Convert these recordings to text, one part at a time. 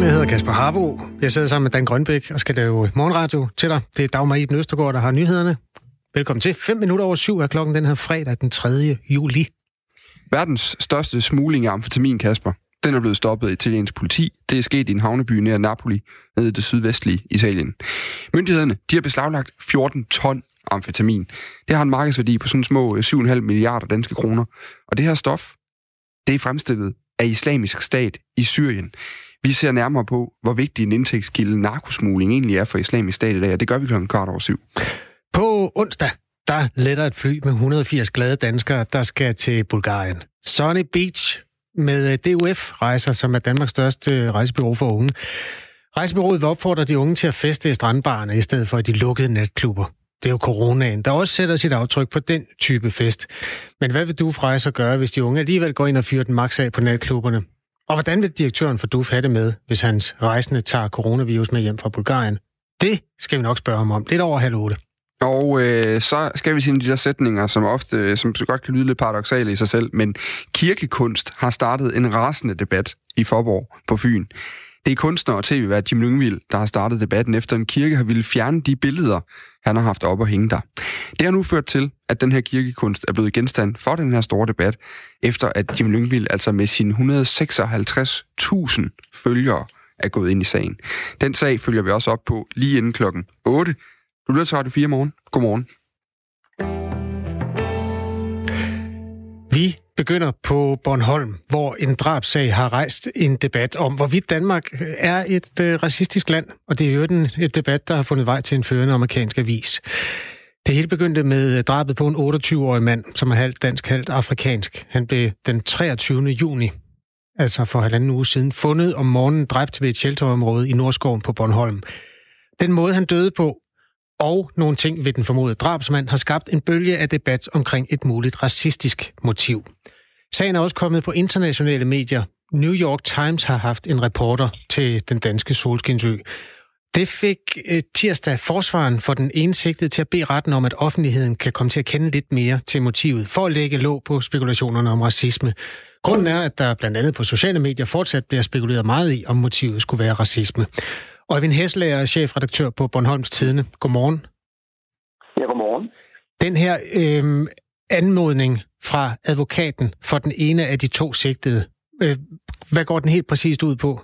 Godmorgen, jeg hedder Kasper Harbo. Jeg sidder sammen med Dan Grønbæk og skal lave morgenradio til dig. Det er Dagmar Iben Østergaard, der har nyhederne. Velkommen til. 7:05 er klokken den her fredag den 3. juli. Verdens største smugling af amfetamin, Kasper, den er blevet stoppet af italiensk politi. Det er sket i en havneby nær Napoli, nede i det sydvestlige Italien. Myndighederne, de har beslaglagt 14 ton amfetamin. Det har en markedsværdi på sådan små 7,5 milliarder danske kroner. Og det her stof, det er fremstillet af Islamisk Stat i Syrien. Vi ser nærmere på, hvor vigtig en indtægtskilde narkosmugling egentlig er for Islamisk Stat i dag, og det gør vi 7:15. På onsdag, der letter et fly med 180 glade danskere, der skal til Bulgarien. Sunny Beach med DUF Rejser, som er Danmarks største rejsebureau for unge. Rejsebureauet vil opfordre de unge til at feste i strandbarerne i stedet for i de lukkede natklubber. Det er jo coronaen, der også sætter sit aftryk på den type fest. Men hvad vil DUF Rejser gøre, hvis de unge alligevel går ind og fyrer den maks af på natklubberne? Og hvordan vil direktøren for DUF have det med, hvis hans rejsende tager coronavirus med hjem fra Bulgarien? Det skal vi nok spørge ham om lidt over 7:30. Og så skal vi sige de der sætninger, som så godt kan lyde lidt paradoksale i sig selv, men kirkekunst har startet en rasende debat i Faaborg på Fyn. Det er kunstner og tv-vært Jim Lyngvild, der har startet debatten efter en kirke har ville fjerne de billeder, han har haft op og hænge der. Det har nu ført til, at den her kirkekunst er blevet genstand for den her store debat, efter at Jim Lyngvild altså med sine 156.000 følgere er gået ind i sagen. Den sag følger vi også op på lige inden klokken 8. Du lytter til Radio 4 morgen. Godmorgen. Vi begynder på Bornholm, hvor en drabsag har rejst en debat om, hvorvidt Danmark er et racistisk land, og det er jo et debat, der har fundet vej til en førende amerikansk avis. Det hele begyndte med drabet på en 28-årig mand, som er halvt dansk, halvt afrikansk. Han blev den 23. juni, altså for 1,5 uge siden, fundet om morgenen dræbt ved et shelterområde i Nordskoven på Bornholm. Den måde, han døde på, og nogle ting ved den formodede drabsmand har skabt en bølge af debat omkring et muligt racistisk motiv. Sagen er også kommet på internationale medier. New York Times har haft en reporter til den danske Solskinsø. Det fik tirsdag forsvaren for den ene sigtede til at bede retten om, at offentligheden kan komme til at kende lidt mere til motivet, for at lægge låg på spekulationerne om racisme. Grunden er, at der blandt andet på sociale medier fortsat bliver spekuleret meget i, om motivet skulle være racisme. Øjvind Hesselager er chefredaktør på Bornholms Tidende. Godmorgen. Ja, godmorgen. Den her anmodning fra advokaten for den ene af de to sigtede, hvad går den helt præcist ud på?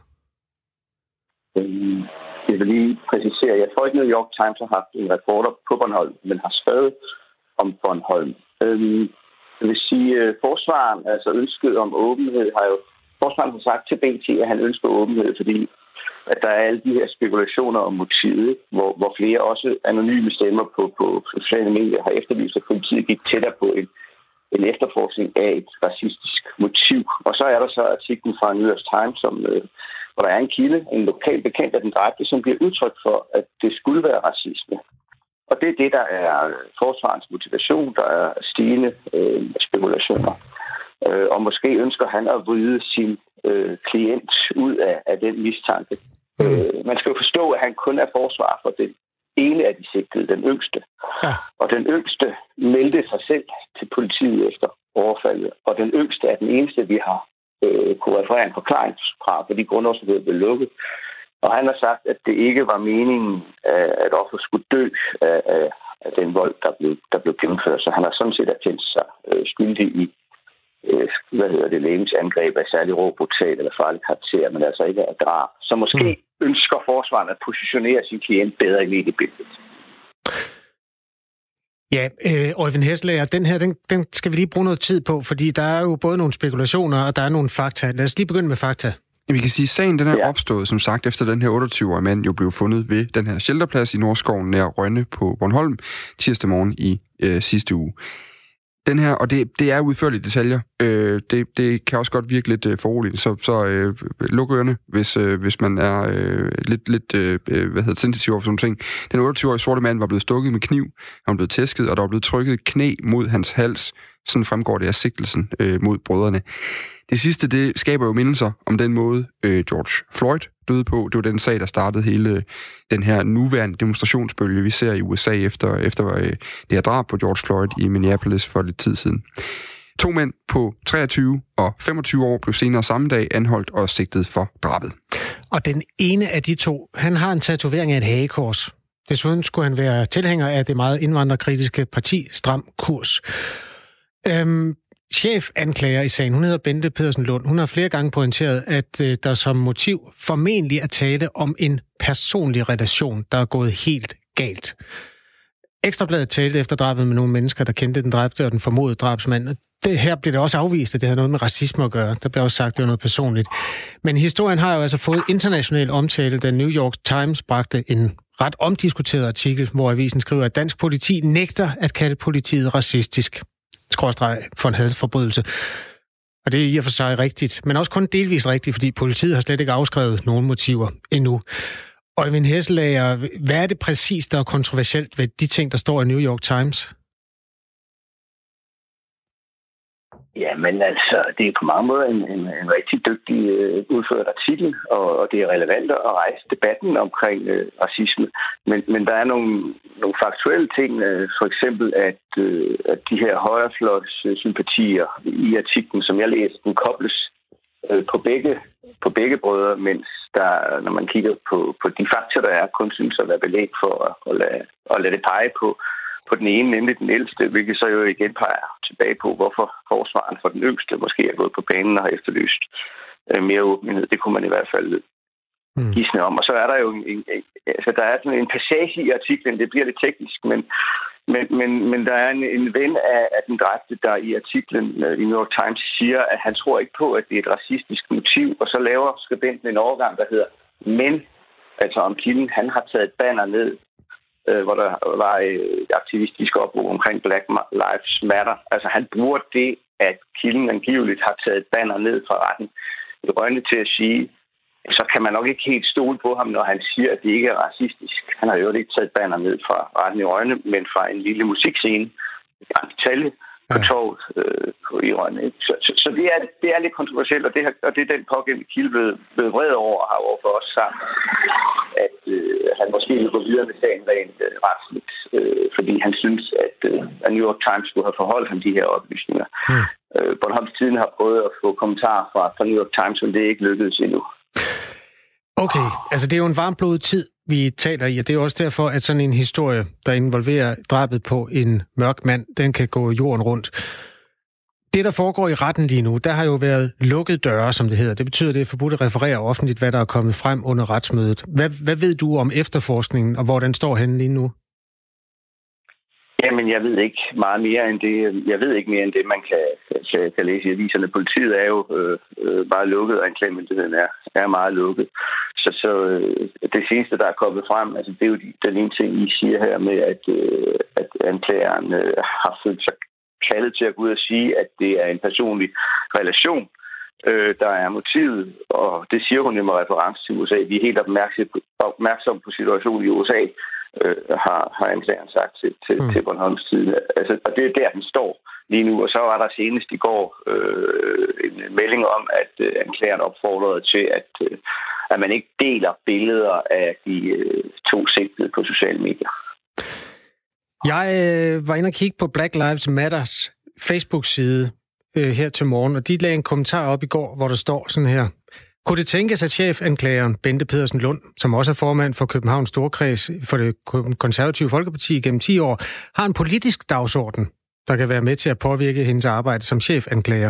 Jeg vil lige præcisere. Jeg tror ikke, New York Times har haft en reporter på Bornholm, men har skrevet om Bornholm. Det vil sige, forsvaren, altså ønsket om åbenhed, forsvaren har sagt til BT, at han ønsker åbenhed, fordi at der er alle de her spekulationer om motivet, hvor flere også anonyme stemmer på sociale medier har eftervist, at politiet gik tættere på en efterforskning af et racistisk motiv. Og så er der så artiklen fra New York Times, hvor der er en kilde, en lokal bekendt af den dræbte, som bliver udtryk for, at det skulle være racisme. Og det er det, der er forsvarens motivation, der er stigende spekulationer. Og måske ønsker han at vride sin klient ud af den mistanke. Man skal jo forstå, at han kun er forsvar for den ene af de sigtede, den yngste. Ja. Og den yngste meldte sig selv til politiet efter overfaldet. Og den yngste er den eneste, vi har kunne referere en forklaring fra, fordi grundlovsforhøret blev lukket. Og han har sagt, at det ikke var meningen, at offeret skulle dø af den vold, der blev gennemført. Så han har sådan set erkendt sig skyldig i legemsangreb af særlig rå, brutal eller farlig karakter, men altså ikke af drab. Så måske ønsker forsvaren at positionere sin klient bedre i mediebilledet. Ja, Øjvind Hesselager, den her, den skal vi lige bruge noget tid på, fordi der er jo både nogle spekulationer, og der er nogle fakta. Lad os lige begynde med fakta. Vi kan sige, at sagen den er opstået, som sagt, efter den her 28-årige mand jo blev fundet ved den her shelterplads i Nordskoven nær Rønne på Bornholm tirsdag morgen i sidste uge. Den her, og det er udførlige detaljer. Det kan også godt virke lidt foruroligende, så luk ørerne, hvis man er lidt sensitiv over for sådan ting. Den 28-årige sorte mand var blevet stukket med kniv, han var blevet tæsket, og der var blevet trykket knæ mod hans hals. Sådan fremgår det af sigtelsen mod brødrene. Det sidste, det skaber jo mindelser om den måde, George Floyd døde på. Det var den sag, der startede hele den her nuværende demonstrationsbølge, vi ser i USA efter det her drab på George Floyd i Minneapolis for lidt tid siden. 2 mænd på 23 og 25 år blev senere samme dag anholdt og sigtet for drabet. Og den ene af de to, han har en tatovering af et hagekors. Desuden skulle han være tilhænger af det meget indvandrerkritiske parti Stram Kurs. Chefanklager i sagen, hun hedder Bente Pedersen Lund. Hun har flere gange pointeret, at der som motiv formentlig er tale om en personlig relation, der er gået helt galt. Ekstrabladet talte efter drabet med nogle mennesker, der kendte den dræbte og den formodede drabsmand. Det her blev det også afvist, at det havde noget med racisme at gøre. Der blev også sagt, at det var noget personligt. Men historien har jo altså fået international omtale, da New York Times bragte en ret omdiskuteret artikel, hvor avisen skriver, at dansk politi nægter at kalde politiet racistisk. For en hadforbrydelse. Og det er i og for sig rigtigt, men også kun delvis rigtigt, fordi politiet har slet ikke afskrevet nogen motiver endnu. Øjvind Hesselager, hvad er det præcis, der er kontroversielt ved de ting, der står i New York Times? Ja, men altså, det er på mange måder en rigtig dygtig udført artikel, og det er relevant at rejse debatten omkring racisme. Men der er nogle faktuelle ting, for eksempel at de her højrefløjs sympatier i artiklen, som jeg læste, den kobles på begge brødre, mens der, når man kigger på de fakta, der er, kun synes at være belæg for at lade det pege på den ene, nemlig den ældste, hvilket så jo igen peger tilbage på, hvorfor forsvaren for den yngste måske er gået på banen og har efterlyst mere åbenhed. Det kunne man i hvert fald gisne om. Og så er der jo der er sådan en passage i artiklen, det bliver lidt teknisk, men der er en ven af den dræbte, der i artiklen i New York Times siger, at han tror ikke på, at det er et racistisk motiv, og så laver skribenten en overgang, der hedder men, altså om kilden, han har taget et banner ned, hvor der var et aktivistisk opråb omkring Black Lives Matter. Altså han bruger det, at kilden angiveligt har taget et banner ned fra retten i Rønne til at sige, så kan man nok ikke helt stole på ham, når han siger, at det ikke er racistisk. Han har jo ikke taget et banner ned fra retten i Rønne, men fra en lille musikscene, en detalje på torvet i Rønne. Så det er lidt kontroversielt, og det er den pågældende kilde blevet vred over, og har overfor os sagt, at han måske vil gå videre med sagen rent retsligt, fordi han synes, at New York Times skulle have forholdt ham de her oplysninger. Bornholms Tidende har prøvet at få kommentarer fra New York Times, men det er ikke lykkedes endnu. Okay, altså det er jo en varmblodet tid, vi taler i, og det er også derfor, at sådan en historie, der involverer drabet på en mørk mand, den kan gå jorden rundt. Det, der foregår i retten lige nu, der har jo været lukket døre, som det hedder. Det betyder, at det er forbudt at referere offentligt, hvad der er kommet frem under retsmødet. Hvad ved du om efterforskningen, og hvor den står henne lige nu? Jamen, jeg ved ikke meget mere end det. Jeg ved ikke mere end det, man kan læse i aviserne. Politiet er jo meget lukket, og anklagemyndigheden er meget lukket. Så det seneste, der er kommet frem, altså det er jo den ene ting, I siger her med, at anklageren har følt sig kaldet til at gå ud og sige, at det er en personlig relation, der er motivet, og det siger hun jo med reference til USA. Vi er helt opmærksomme på situationen i USA, har anklageren sagt til Bornholms Tidende. Altså, og det er der, den står lige nu. Og så var der senest i går en melding om, at anklageren opfordrede til, at man ikke deler billeder af de to sigtede på sociale medier. Jeg var inde og kigge på Black Lives Matters Facebook-side her til morgen, og de lagde en kommentar op i går, hvor der står sådan her. Kunne det tænkes, at chefanklageren Bente Pedersen Lund, som også er formand for Københavns Storkreds for det konservative Folkeparti gennem 10 år, har en politisk dagsorden, der kan være med til at påvirke hendes arbejde som chefanklager?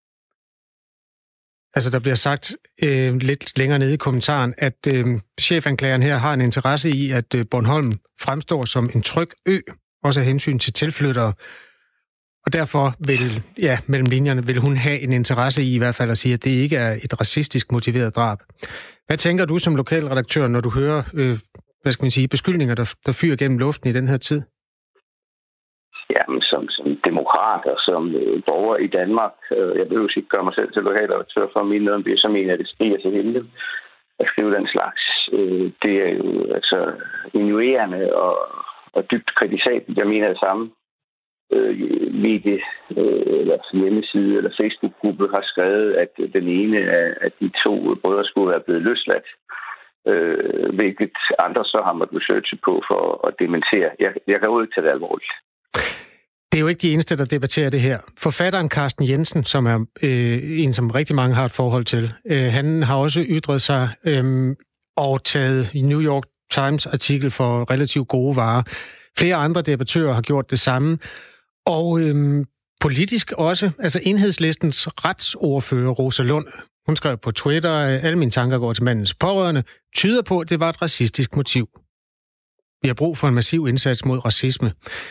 Altså, der bliver sagt lidt længere nede i kommentaren, at chefanklageren her har en interesse i, at Bornholm fremstår som en tryg ø, også af hensyn til tilflyttere. Og derfor mellem linjerne vil hun have en interesse i hvert fald at sige, at det ikke er et racistisk motiveret drab. Hvad tænker du som lokalredaktør, når du hører, beskyldninger, der fyrer gennem luften i den her tid? Jamen, som demokrat og som borger i Danmark, jeg behøver ikke gøre mig selv til lokalredaktør for at mene noget om det, så mener jeg, det stiger til himlen at skrive den slags. Det er jo altså injurerende og dybt kritisabelt. Jeg mener det samme. Medie eller hjemmeside eller Facebook-gruppe har skrevet, at den ene af de to brødre skulle være blevet løsladt, hvilket andre så har måttet researche på for at dementere. Jeg kan jo ikke tage det alvorligt. Det er jo ikke de eneste, der debatterer det her. Forfatteren Carsten Jensen, som er en, som rigtig mange har et forhold til, han har også ytret sig og taget i New York Times artikel for relativt gode varer. Flere andre debattører har gjort det samme. Og politisk også, altså Enhedslistens retsordfører Rosa Lund, hun skrev på Twitter, alle mine tanker går til mandens pårørende, tyder på, at det var et racistisk motiv. Vi har brug for en massiv indsats mod racisme.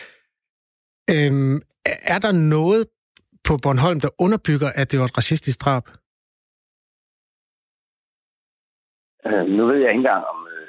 Er der noget på Bornholm, der underbygger, at det var et racistisk drab? Nu ved jeg ikke engang,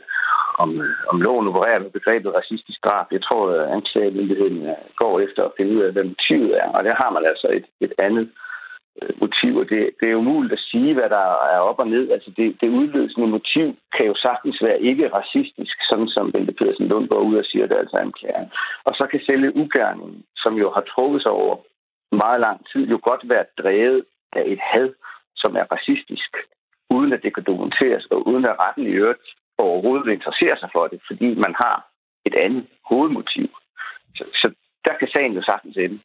om loven opererer med begrebet racistisk drab. Jeg tror, at anklagemyndigheden går efter at finde ud af, hvad motivet er. Og der har man altså et andet motiv. Og det er umuligt at sige, hvad der er op og ned. Altså det udløsende motiv kan jo sagtens være ikke racistisk, sådan som Bente Pedersen Lund går ud og siger, det er altså anklageren. Og så kan selve ugerningen, som jo har trukket sig over meget lang tid, jo godt være drevet af et had, som er racistisk, uden at det kan dokumenteres, og uden at retten i øvrigt overhovedet interesserer sig for det, fordi man har et andet hovedmotiv. Så der kan sagen jo sagtens ende.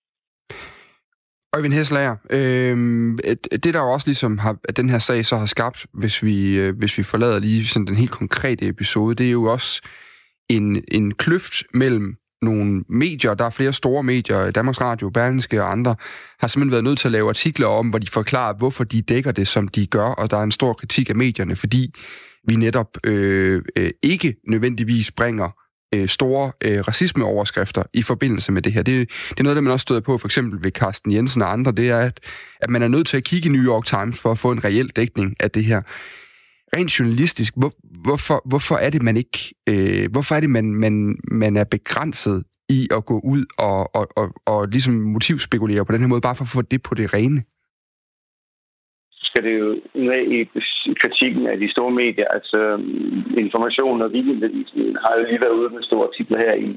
Øjvind Hesselager, det der jo også ligesom at den her sag så har skabt, hvis vi forlader lige sådan den helt konkrete episode, det er jo også en kløft mellem nogle medier, der er flere store medier, Danmarks Radio, Berlingske og andre, har simpelthen været nødt til at lave artikler om, hvor de forklarer, hvorfor de dækker det, som de gør, og der er en stor kritik af medierne, fordi vi netop ikke nødvendigvis bringer store racismeoverskrifter i forbindelse med det her. Det er noget, der man også støder på, for eksempel ved Carsten Jensen og andre, det er, at man er nødt til at kigge i New York Times for at få en reel dækning af det her. Rent journalistisk, hvorfor er det, man ikke... hvorfor er det, man er begrænset i at gå ud og ligesom motivspekulere på den her måde, bare for at få det på det rene? Skal det jo med i kritikken af de store medier. Altså Information og Weekendavisen har jo lige været ude med store artikler her i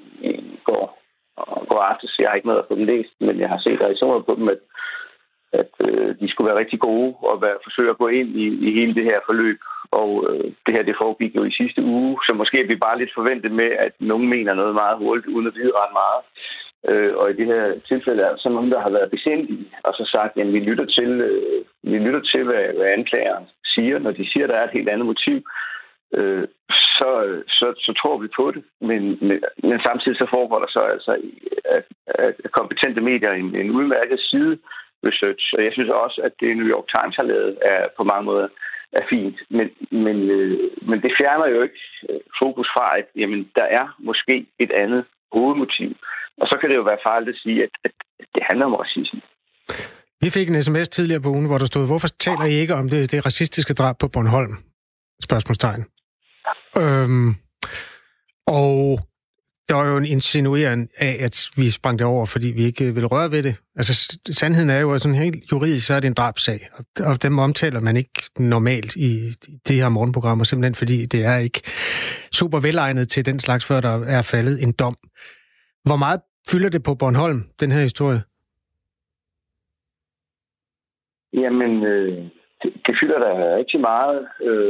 går aftes. Jeg har ikke noget at få dem læst, men jeg har set reaktioner på dem, at de skulle være rigtig gode og forsøge at gå ind i hele det her forløb. Og det her, det foregik jo i sidste uge, så måske er vi bare lidt forventet med, at nogen mener noget meget hurtigt, uden at vide ret meget. Og i det her tilfælde er der så nogen, der har været besindige og så sagt, at vi lytter til, hvad anklageren siger. Når de siger, at der er et helt andet motiv, så tror vi på det. Men samtidig så foregår der så altså, at kompetente medier en udmærket side research. Og jeg synes også, at det New York Times har lavet er på mange måder er fint. Men det fjerner jo ikke fokus fra, at jamen, der er måske et andet hovedmotiv. Og så kan det jo være farligt at sige, at det handler om racisme. Vi fik en sms tidligere på ugen, hvor der stod, hvorfor taler I ikke om det racistiske drab på Bornholm? Spørgsmålstegn. Og der var jo en insinuering af, at vi sprang det over, fordi vi ikke vil røre ved det. Altså, sandheden er jo, at sådan helt juridisk, så er det en drabsag. Og dem omtaler man ikke normalt i det her morgenprogram, simpelthen fordi det er ikke super velegnet til den slags, før der er faldet en dom. Hvor meget fylder det på Bornholm, den her historie? Jamen, det fylder der rigtig meget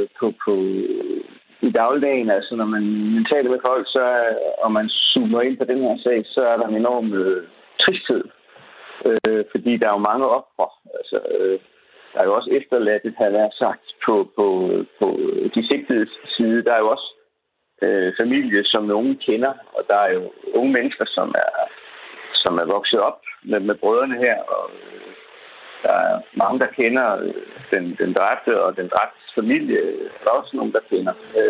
i dagligdagen. Altså, når man taler med folk, og man zoomer ind på den her sag, så er der en enorm tristhed. Fordi der er jo mange ofre. Altså, der er jo også efterladt, han har sagt, på de sigtedes side. Der er jo også familie, som nogen kender, og der er jo unge mennesker, som er vokset op med brødrene her, og der er mange, der kender den dræbte og den dræbtes familie. Der er også nogen, der kender.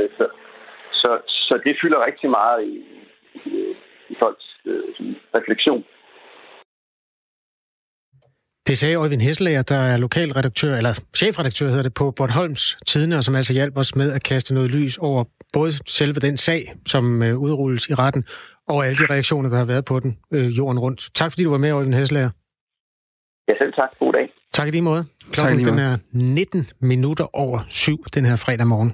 Så det fylder rigtig meget i folks refleksion. Det sagde Øjvind Hesselager, der er lokalredaktør, eller chefredaktør hedder det, på Bornholms Tidende, og som altså hjalp os med at kaste noget lys over både selve den sag, som udrulles i retten, og alle de reaktioner, der har været på den jorden rundt. Tak fordi du var med, Øjvind Hesselager. Ja, selv tak. God dag. Tak i lige måde. Klokken den er 19 minutter over 7 den her fredag morgen.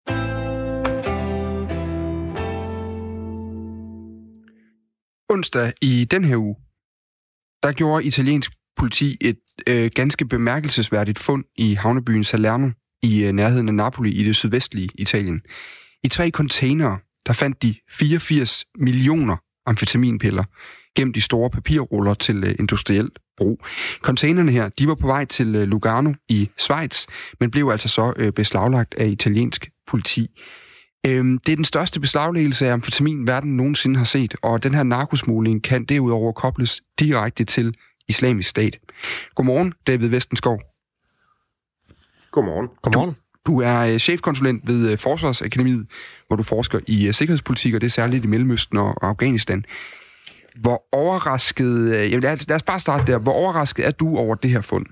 Onsdag i den her uge, der gjorde italiensk politi et ganske bemærkelsesværdigt fund i havnebyen Salerno i nærheden af Napoli i det sydvestlige Italien. I 3 containere, der fandt de 84 millioner amfetaminpiller. gemt i store papirruller til industrielt brug. Containerne her, de var på vej til Lugano i Schweiz, men blev altså så beslaglagt af italiensk politi. Det er den største beslaglæggelse af amfetamin, verden nogensinde har set, og den her narkosmugling kan derudover kobles direkte til Islamisk Stat. Godmorgen, David Vestenskov. Godmorgen. Godmorgen. Du er chefkonsulent ved Forsvarsakademiet, hvor du forsker i sikkerhedspolitik, og det er særligt i Mellemøsten og Afghanistan. Hvor overrasket, lad os bare starte der. Hvor overrasket er du over det her fund?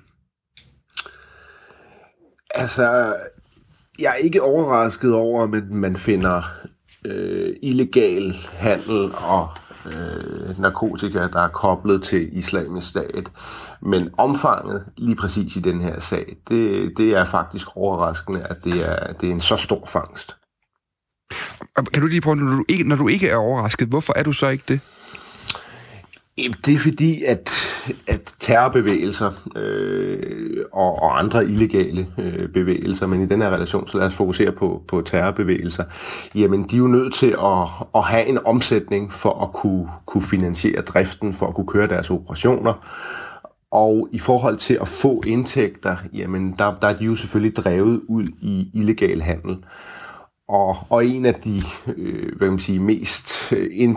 Altså, jeg er ikke overrasket over, at man finder illegal handel og narkotika, der er koblet til Islamisk Stat. Men omfanget lige præcis i den her sag, det er faktisk overraskende, at det er en så stor fangst. Kan du lige prøve, når du ikke er overrasket, hvorfor er du så ikke det? Det er fordi, at terrorbevægelser og andre illegale bevægelser, men i den her relation, så lad os fokusere på terrorbevægelser, jamen de er jo nødt til at have en omsætning for at kunne finansiere driften, for at kunne køre deres operationer. Og i forhold til at få indtægter, jamen der er de jo selvfølgelig drevet ud i illegal handel. Og en af de mest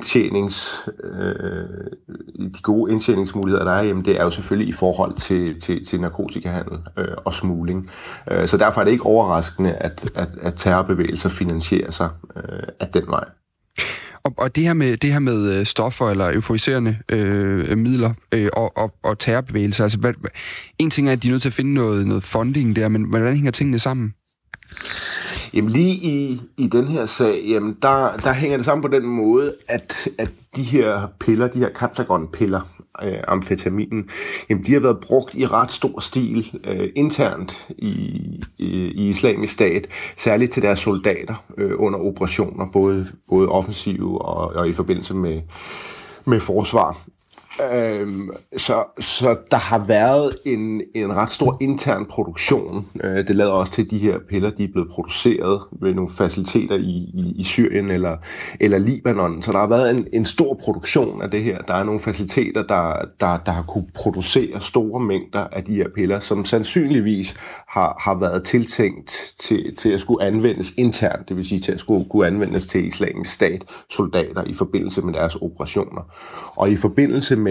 de gode indtjeningsmuligheder, der er, jamen, det er jo selvfølgelig i forhold til narkotikahandel og smugling. Så derfor er det ikke overraskende, at terrorbevægelser finansierer sig af den vej. Og det her med stoffer eller euforiserende midler og terrorbevægelser, altså en ting er, at de er nødt til at finde noget funding der, men hvordan hænger tingene sammen? Jamen lige i den her sag, jamen der hænger det sammen på den måde, at de her piller, de her Captagon-piller, amfetaminen, jamen de har været brugt i ret stor stil internt i Islamisk Stat, særligt til deres soldater under operationer, både offensive og i forbindelse med forsvar. Så der har været en ret stor intern produktion. Det lader også til, at de her piller de er blevet produceret ved nogle faciliteter i Syrien eller Libanon. Så der har været en stor produktion af det her. Der er nogle faciliteter, der har kunne producere store mængder af de her piller, som sandsynligvis har været tiltænkt til at skulle anvendes internt, det vil sige til at skulle kunne anvendes til Islamisk Stat soldater i forbindelse med deres operationer. Og i forbindelse med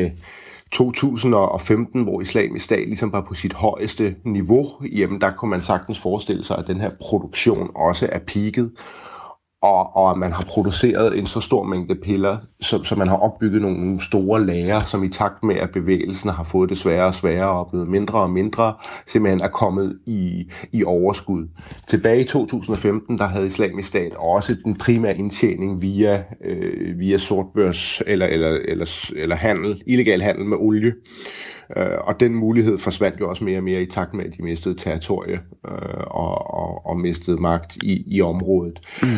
2015, hvor Islamisk Stat ligesom var på sit højeste niveau, jamen der kunne man sagtens forestille sig, at den her produktion også er peaket, og at man har produceret en så stor mængde piller, så man har opbygget nogle store lagre, som i takt med, at bevægelsen har fået det sværere og sværere og blevet mindre og mindre, simpelthen er kommet i overskud. Tilbage i 2015, der havde Islamisk Stat også den primære indtjening via sortbørs eller handel, illegal handel med olie. Og den mulighed forsvandt jo også mere og mere i takt med, at de mistede territorie og mistede magt i området. Mm.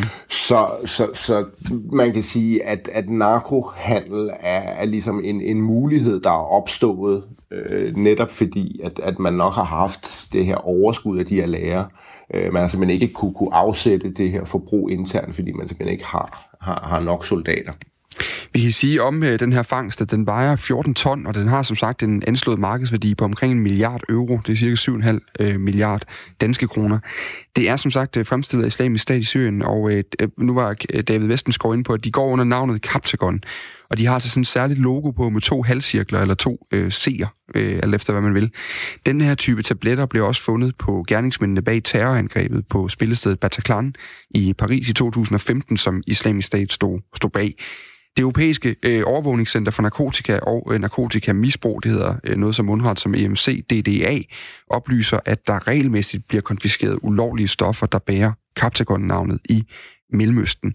Så man kan sige, at narkohandel er ligesom en mulighed, der er opstået, netop fordi, at man nok har haft det her overskud af de her lagre. Man har simpelthen ikke kunne afsætte det her forbrug internt, fordi man simpelthen ikke har nok soldater. Vi kan sige om den her fangst, at den vejer 14 ton, og den har som sagt en anslået markedsværdi på omkring 1 milliard euro. Det er cirka 7,5 milliard danske kroner. Det er som sagt fremstillet af Islamisk Stat i Syrien, og nu var David Vestenskov inde på, at de går under navnet Captagon. Og de har altså sådan et særligt logo på med 2 halvcirkler eller 2 C'er, alt efter hvad man vil. Den her type tabletter blev også fundet på gerningsmændene bag terrorangrebet på spillestedet Bataclan i Paris i 2015, som Islamisk Stat stod bag. Det europæiske overvågningscenter for narkotika og narkotikamisbrug, det hedder noget som mundret som EMC-DDA, oplyser, at der regelmæssigt bliver konfiskeret ulovlige stoffer, der bærer Captagon-navnet i Mellemøsten.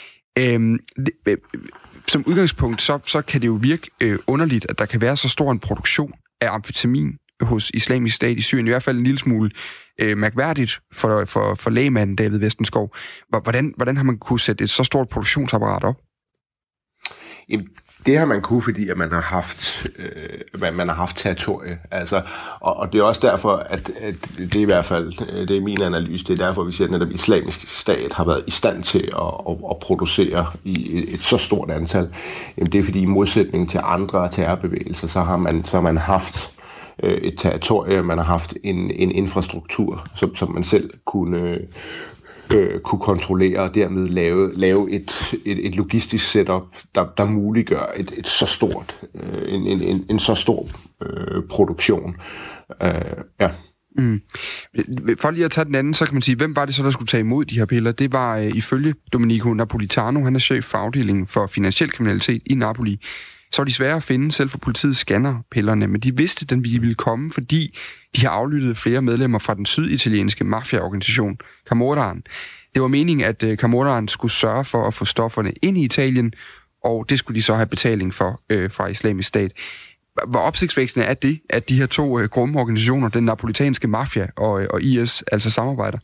Som udgangspunkt, så kan det jo virke underligt, at der kan være så stor en produktion af amfetamin hos Islamisk Stat i Syrien. I hvert fald en lille smule mærkværdigt for lægmanden David Vestenskov. Hvordan har man kunne sætte et så stort produktionsapparat op? det har man kunne, fordi at man har haft territorie. Altså, og det er også derfor, at det er i hvert fald, det er min analyse, det er derfor, vi siger, at netop Islamisk Stat har været i stand til at producere i et så stort antal. Jamen, det er fordi i modsætning til andre terrorbevægelser, så har man haft et territorie, man har haft en infrastruktur, som man selv kunne kontrollere og dermed lave et logistisk setup, der muliggør et så stort en så stor produktion. Ja. For lige at tage den anden, så kan man sige, hvem var det så, der skulle tage imod de her piller? Det var ifølge Domenico Napolitano, han er chef for afdelingen for finansiel kriminalitet i Napoli. Så var de svære at finde, selv for politiet scanner pillerne, men de vidste, at den ville komme, fordi de har aflyttet flere medlemmer fra den syditalienske mafiaorganisation Camorraen. Det var meningen, at Camorraen skulle sørge for at få stofferne ind i Italien, og det skulle de så have betaling for fra Islamisk Stat. Hvor opsigtsvækkende er det, at de her to grumme organisationer, den napolitanske mafia og IS, altså samarbejder?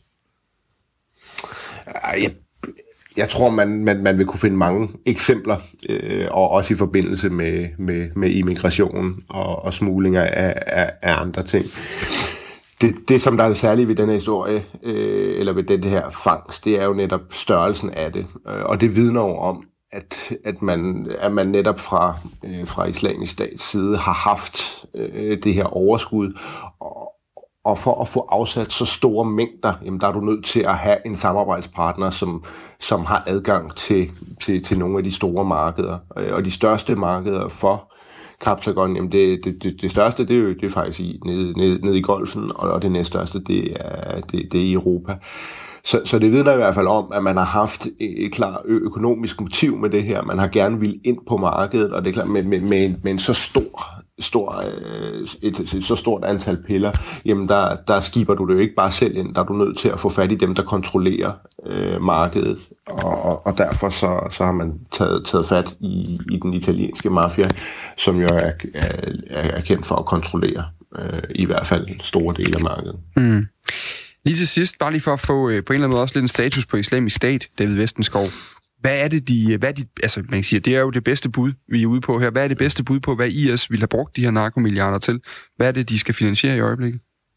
Jeg tror, man vil kunne finde mange eksempler, og også i forbindelse med immigration og smugling af andre ting. Det, som der er særligt ved den her historie, eller ved den her fangst, det er jo netop størrelsen af det. Og det vidner jo om, at man netop fra Islamisk Stats side har haft det her overskud, og for at få afsat så store mængder, jamen der er du nødt til at have en samarbejdspartner, som har adgang til nogle af de store markeder. Og de største markeder for Captagon, jamen det største, det er faktisk nede i Golfen, og det næststørste, det er i Europa. Så det vidner i hvert fald om, at man har haft et klart økonomisk motiv med det her. Man har gerne ville ind på markedet, og det er klart, med en så så stort antal piller, jamen der skiber du det jo ikke bare selv ind, der er du nødt til at få fat i dem, der kontrollerer markedet, og derfor så har man taget fat i den italienske mafia, som jo er kendt for at kontrollere i hvert fald store dele af markedet. Mm. Lige til sidst, bare lige for at få på en eller anden måde også lidt en status på Islamisk Stat, David Vestenskov. Hvad er det, altså man kan sige, det er jo det bedste bud, vi er ude på her. Hvad er det bedste bud på, hvad IS ville have brugt de her narkomilliarder til? Hvad er det, de skal finansiere i øjeblikket?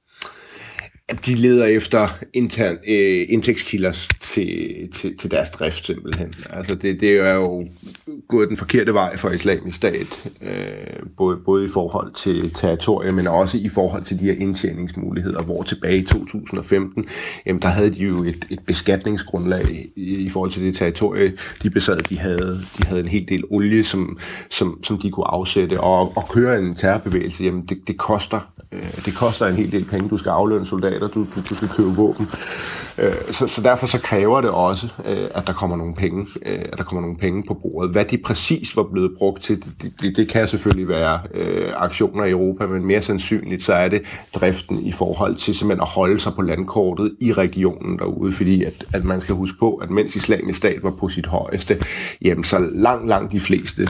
De leder efter indtægtskilder til deres drift simpelthen. Altså det er jo gået den forkerte vej for Islamisk Stat, både i forhold til territoriet, men også i forhold til de her indtjeningsmuligheder, hvor tilbage i 2015, jamen der havde de jo et beskatningsgrundlag i forhold til det territorie, de besad. De havde en hel del olie, som de kunne afsætte, og køre en terrorbevægelse, jamen det koster en hel del penge. Du skal aflønne soldater, du skal købe våben. Så derfor så kræver det også, at der kommer nogle penge på bordet. Hvad de præcis var blevet brugt til, det kan selvfølgelig være aktioner i Europa, men mere sandsynligt så er det driften i forhold til simpelthen at holde sig på landkortet i regionen derude, fordi at man skal huske på, at mens Islamisk Stat var på sit højeste, jamen så langt de fleste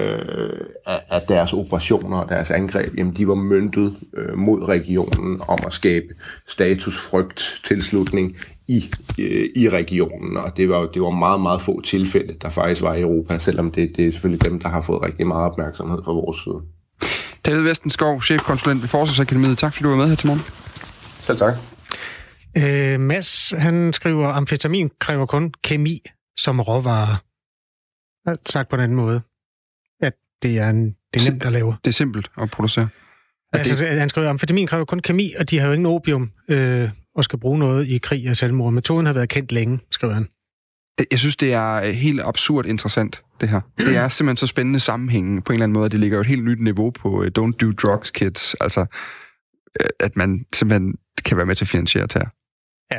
af deres operationer og deres angreb, jamen de var møntet mod regionen om at skabe status, frygt, tilslutning i regionen, og det var meget, meget få tilfælde, der faktisk var i Europa, selvom det er selvfølgelig dem, der har fået rigtig meget opmærksomhed fra vores side. David Vestenskov, chefkonsulent ved Forsvarsakademiet. Tak fordi du var med her til morgen. Selv tak. Mads, han skriver, amfetamin kræver kun kemi som råvare. Sagt på en anden måde, at det er nemt at lave. Det er simpelt at producere. Han skriver, amfetamin kræver kun kemi, og de har jo ingen opium og skal bruge noget i krig og selvmord. Metoden har været kendt længe, skriver han. Jeg synes, det er helt absurd interessant, det her. Det er simpelthen så spændende sammenhængen på en eller anden måde. Det ligger jo et helt nyt niveau på Don't Do Drugs Kids. Altså, at man simpelthen kan være med til at finansiere terror. Ja.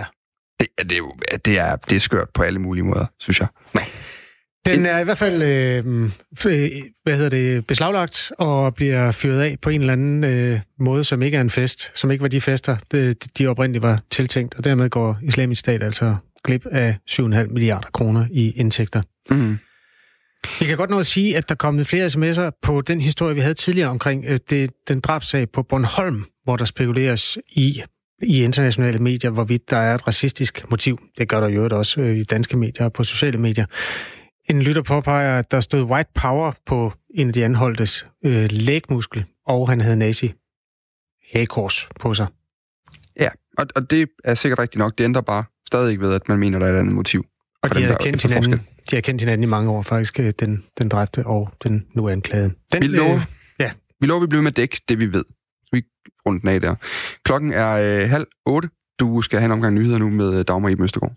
Det er skørt på alle mulige måder, synes jeg. Nej. Den er i hvert fald beslaglagt og bliver fyret af på en eller anden måde, som ikke er en fest, som ikke var de fester, de oprindeligt var tiltænkt, og dermed går Islamisk Stat altså glip af 7,5 milliarder kroner i indtægter. Mm. Vi kan godt nå at sige, at der er kommet flere sms'er på den historie, vi havde tidligere omkring den drabsag på Bornholm, hvor der spekuleres i internationale medier, hvorvidt der er et racistisk motiv. Det gør der jo også i danske medier og på sociale medier. En lytter påpeger, at der stod white power på en af de anholdtes lægmuskel, og han havde nazi-hagekors på sig. Ja, og det er sikkert rigtigt nok. Det ændrer bare stadig ikke ved, at man mener, der er et andet motiv. Og de har kendt hinanden i mange år, faktisk, den dræbte og den nu anklagede. Vi lover, vi bliver med dæk, det vi ved. Vi rundt den af der. Klokken er 7:30. Du skal have en omgang nyheder nu med Dagmar Eben Østergaard.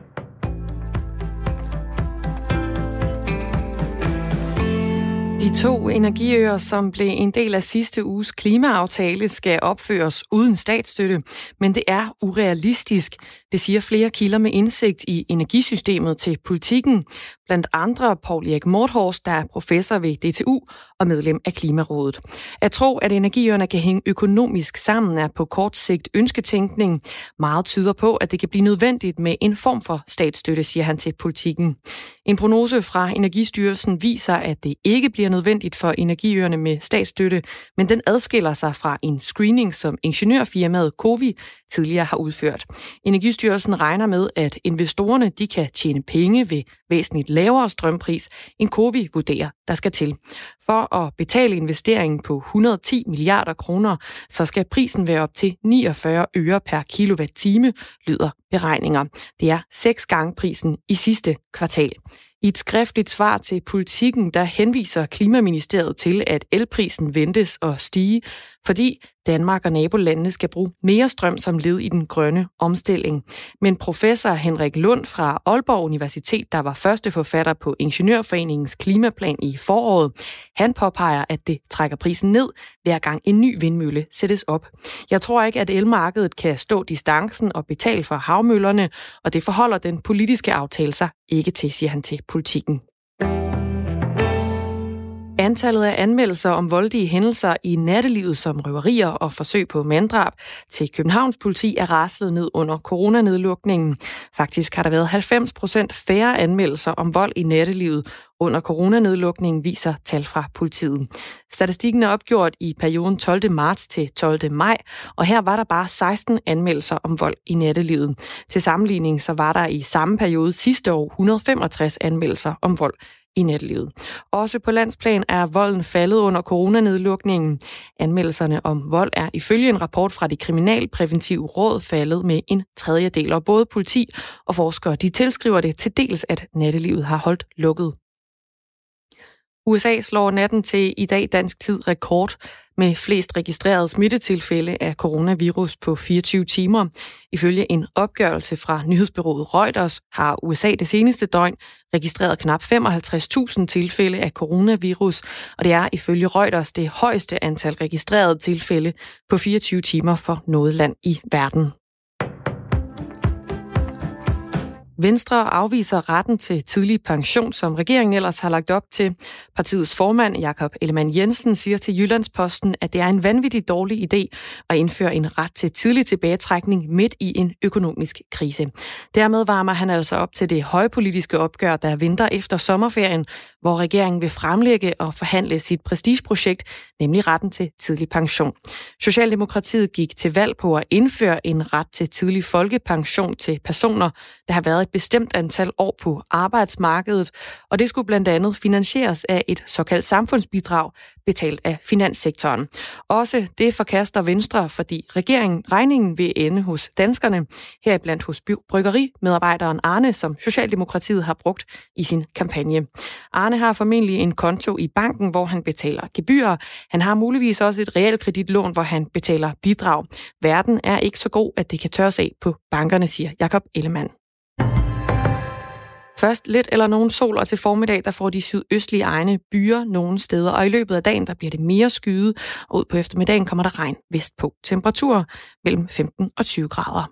De 2 energiøer, som blev en del af sidste uges klimaaftale, skal opføres uden statsstøtte, men det er urealistisk. Det siger flere kilder med indsigt i energisystemet til Politikken. Blandt andre Poul Erik Morthorst, der er professor ved DTU og medlem af Klimarådet. At tro, at energiøerne kan hænge økonomisk sammen, er på kort sigt ønsketænkning. Meget tyder på, at det kan blive nødvendigt med en form for statsstøtte, siger han til Politikken. En prognose fra Energistyrelsen viser, at det ikke bliver nødvendigt for energiøerne med statsstøtte, men den adskiller sig fra en screening, som ingeniørfirmaet Covi tidligere har udført. Energistyrelsen regner med, at investorerne de kan tjene penge ved væsentligt lavere strømpris, end Covi vurderer, der skal til. For at betale investeringen på 110 milliarder kroner, så skal prisen være op til 49 øre per kilowatt-time, lyder beregninger. Det er 6 gange prisen i sidste kvartal. I et skriftligt svar til Politikken, der henviser Klimaministeriet til, at elprisen ventes at stige, fordi Danmark og nabolandene skal bruge mere strøm som led i den grønne omstilling. Men professor Henrik Lund fra Aalborg Universitet, der var første forfatter på Ingeniørforeningens klimaplan i foråret, han påpeger, at det trækker prisen ned, hver gang en ny vindmølle sættes op. Jeg tror ikke, at elmarkedet kan stå distancen og betale for havmøllerne, og det forholder den politiske aftale sig ikke til, siger han til Politikken. Antallet af anmeldelser om voldelige hændelser i nattelivet som røverier og forsøg på manddrab til Københavns politi er raslet ned under coronanedlukningen. Faktisk har der været 90% færre anmeldelser om vold i nattelivet under coronanedlukningen, viser tal fra politiet. Statistikken er opgjort i perioden 12. marts til 12. maj, og her var der bare 16 anmeldelser om vold i nattelivet. Til sammenligning så var der i samme periode sidste år 165 anmeldelser om vold i nattelivet. Også på landsplan er volden faldet under coronanedlukningen. Anmeldelserne om vold er ifølge en rapport fra det kriminalpræventive råd faldet med 1/3, og både politi og forskere de tilskriver det til dels, at nattelivet har holdt lukket. USA slår natten til i dag dansk tid rekord med flest registrerede smittetilfælde af coronavirus på 24 timer. Ifølge en opgørelse fra nyhedsbureauet Reuters har USA det seneste døgn registreret knap 55.000 tilfælde af coronavirus, og det er ifølge Reuters det højeste antal registrerede tilfælde på 24 timer for noget land i verden. Venstre afviser retten til tidlig pension, som regeringen ellers har lagt op til. Partiets formand, Jakob Ellemann-Jensen, siger til Jyllandsposten, at det er en vanvittig dårlig idé at indføre en ret til tidlig tilbagetrækning midt i en økonomisk krise. Dermed varmer han altså op til det højpolitiske opgør, der venter efter sommerferien, hvor regeringen vil fremlægge og forhandle sit prestigeprojekt, nemlig retten til tidlig pension. Socialdemokratiet gik til valg på at indføre en ret til tidlig folkepension til personer, der har været et bestemt antal år på arbejdsmarkedet, og det skulle blandt andet finansieres af et såkaldt samfundsbidrag betalt af finanssektoren. Også det forkaster Venstre, fordi regningen vil ende hos danskerne, heriblandt hos bryggerimedarbejderen Arne, som Socialdemokratiet har brugt i sin kampagne. Arne har formentlig en konto i banken, hvor han betaler gebyrer. Han har muligvis også et realkreditlån, hvor han betaler bidrag. Verden er ikke så god, at det kan tørres af på bankerne, siger Jakob Ellemann. Først lidt eller nogen sol, og til formiddag der får de sydøstlige egne byer nogle steder, og i løbet af dagen der bliver det mere skyet, og ud på eftermiddagen kommer der regn vestpå. Temperaturer mellem 15 og 20 grader.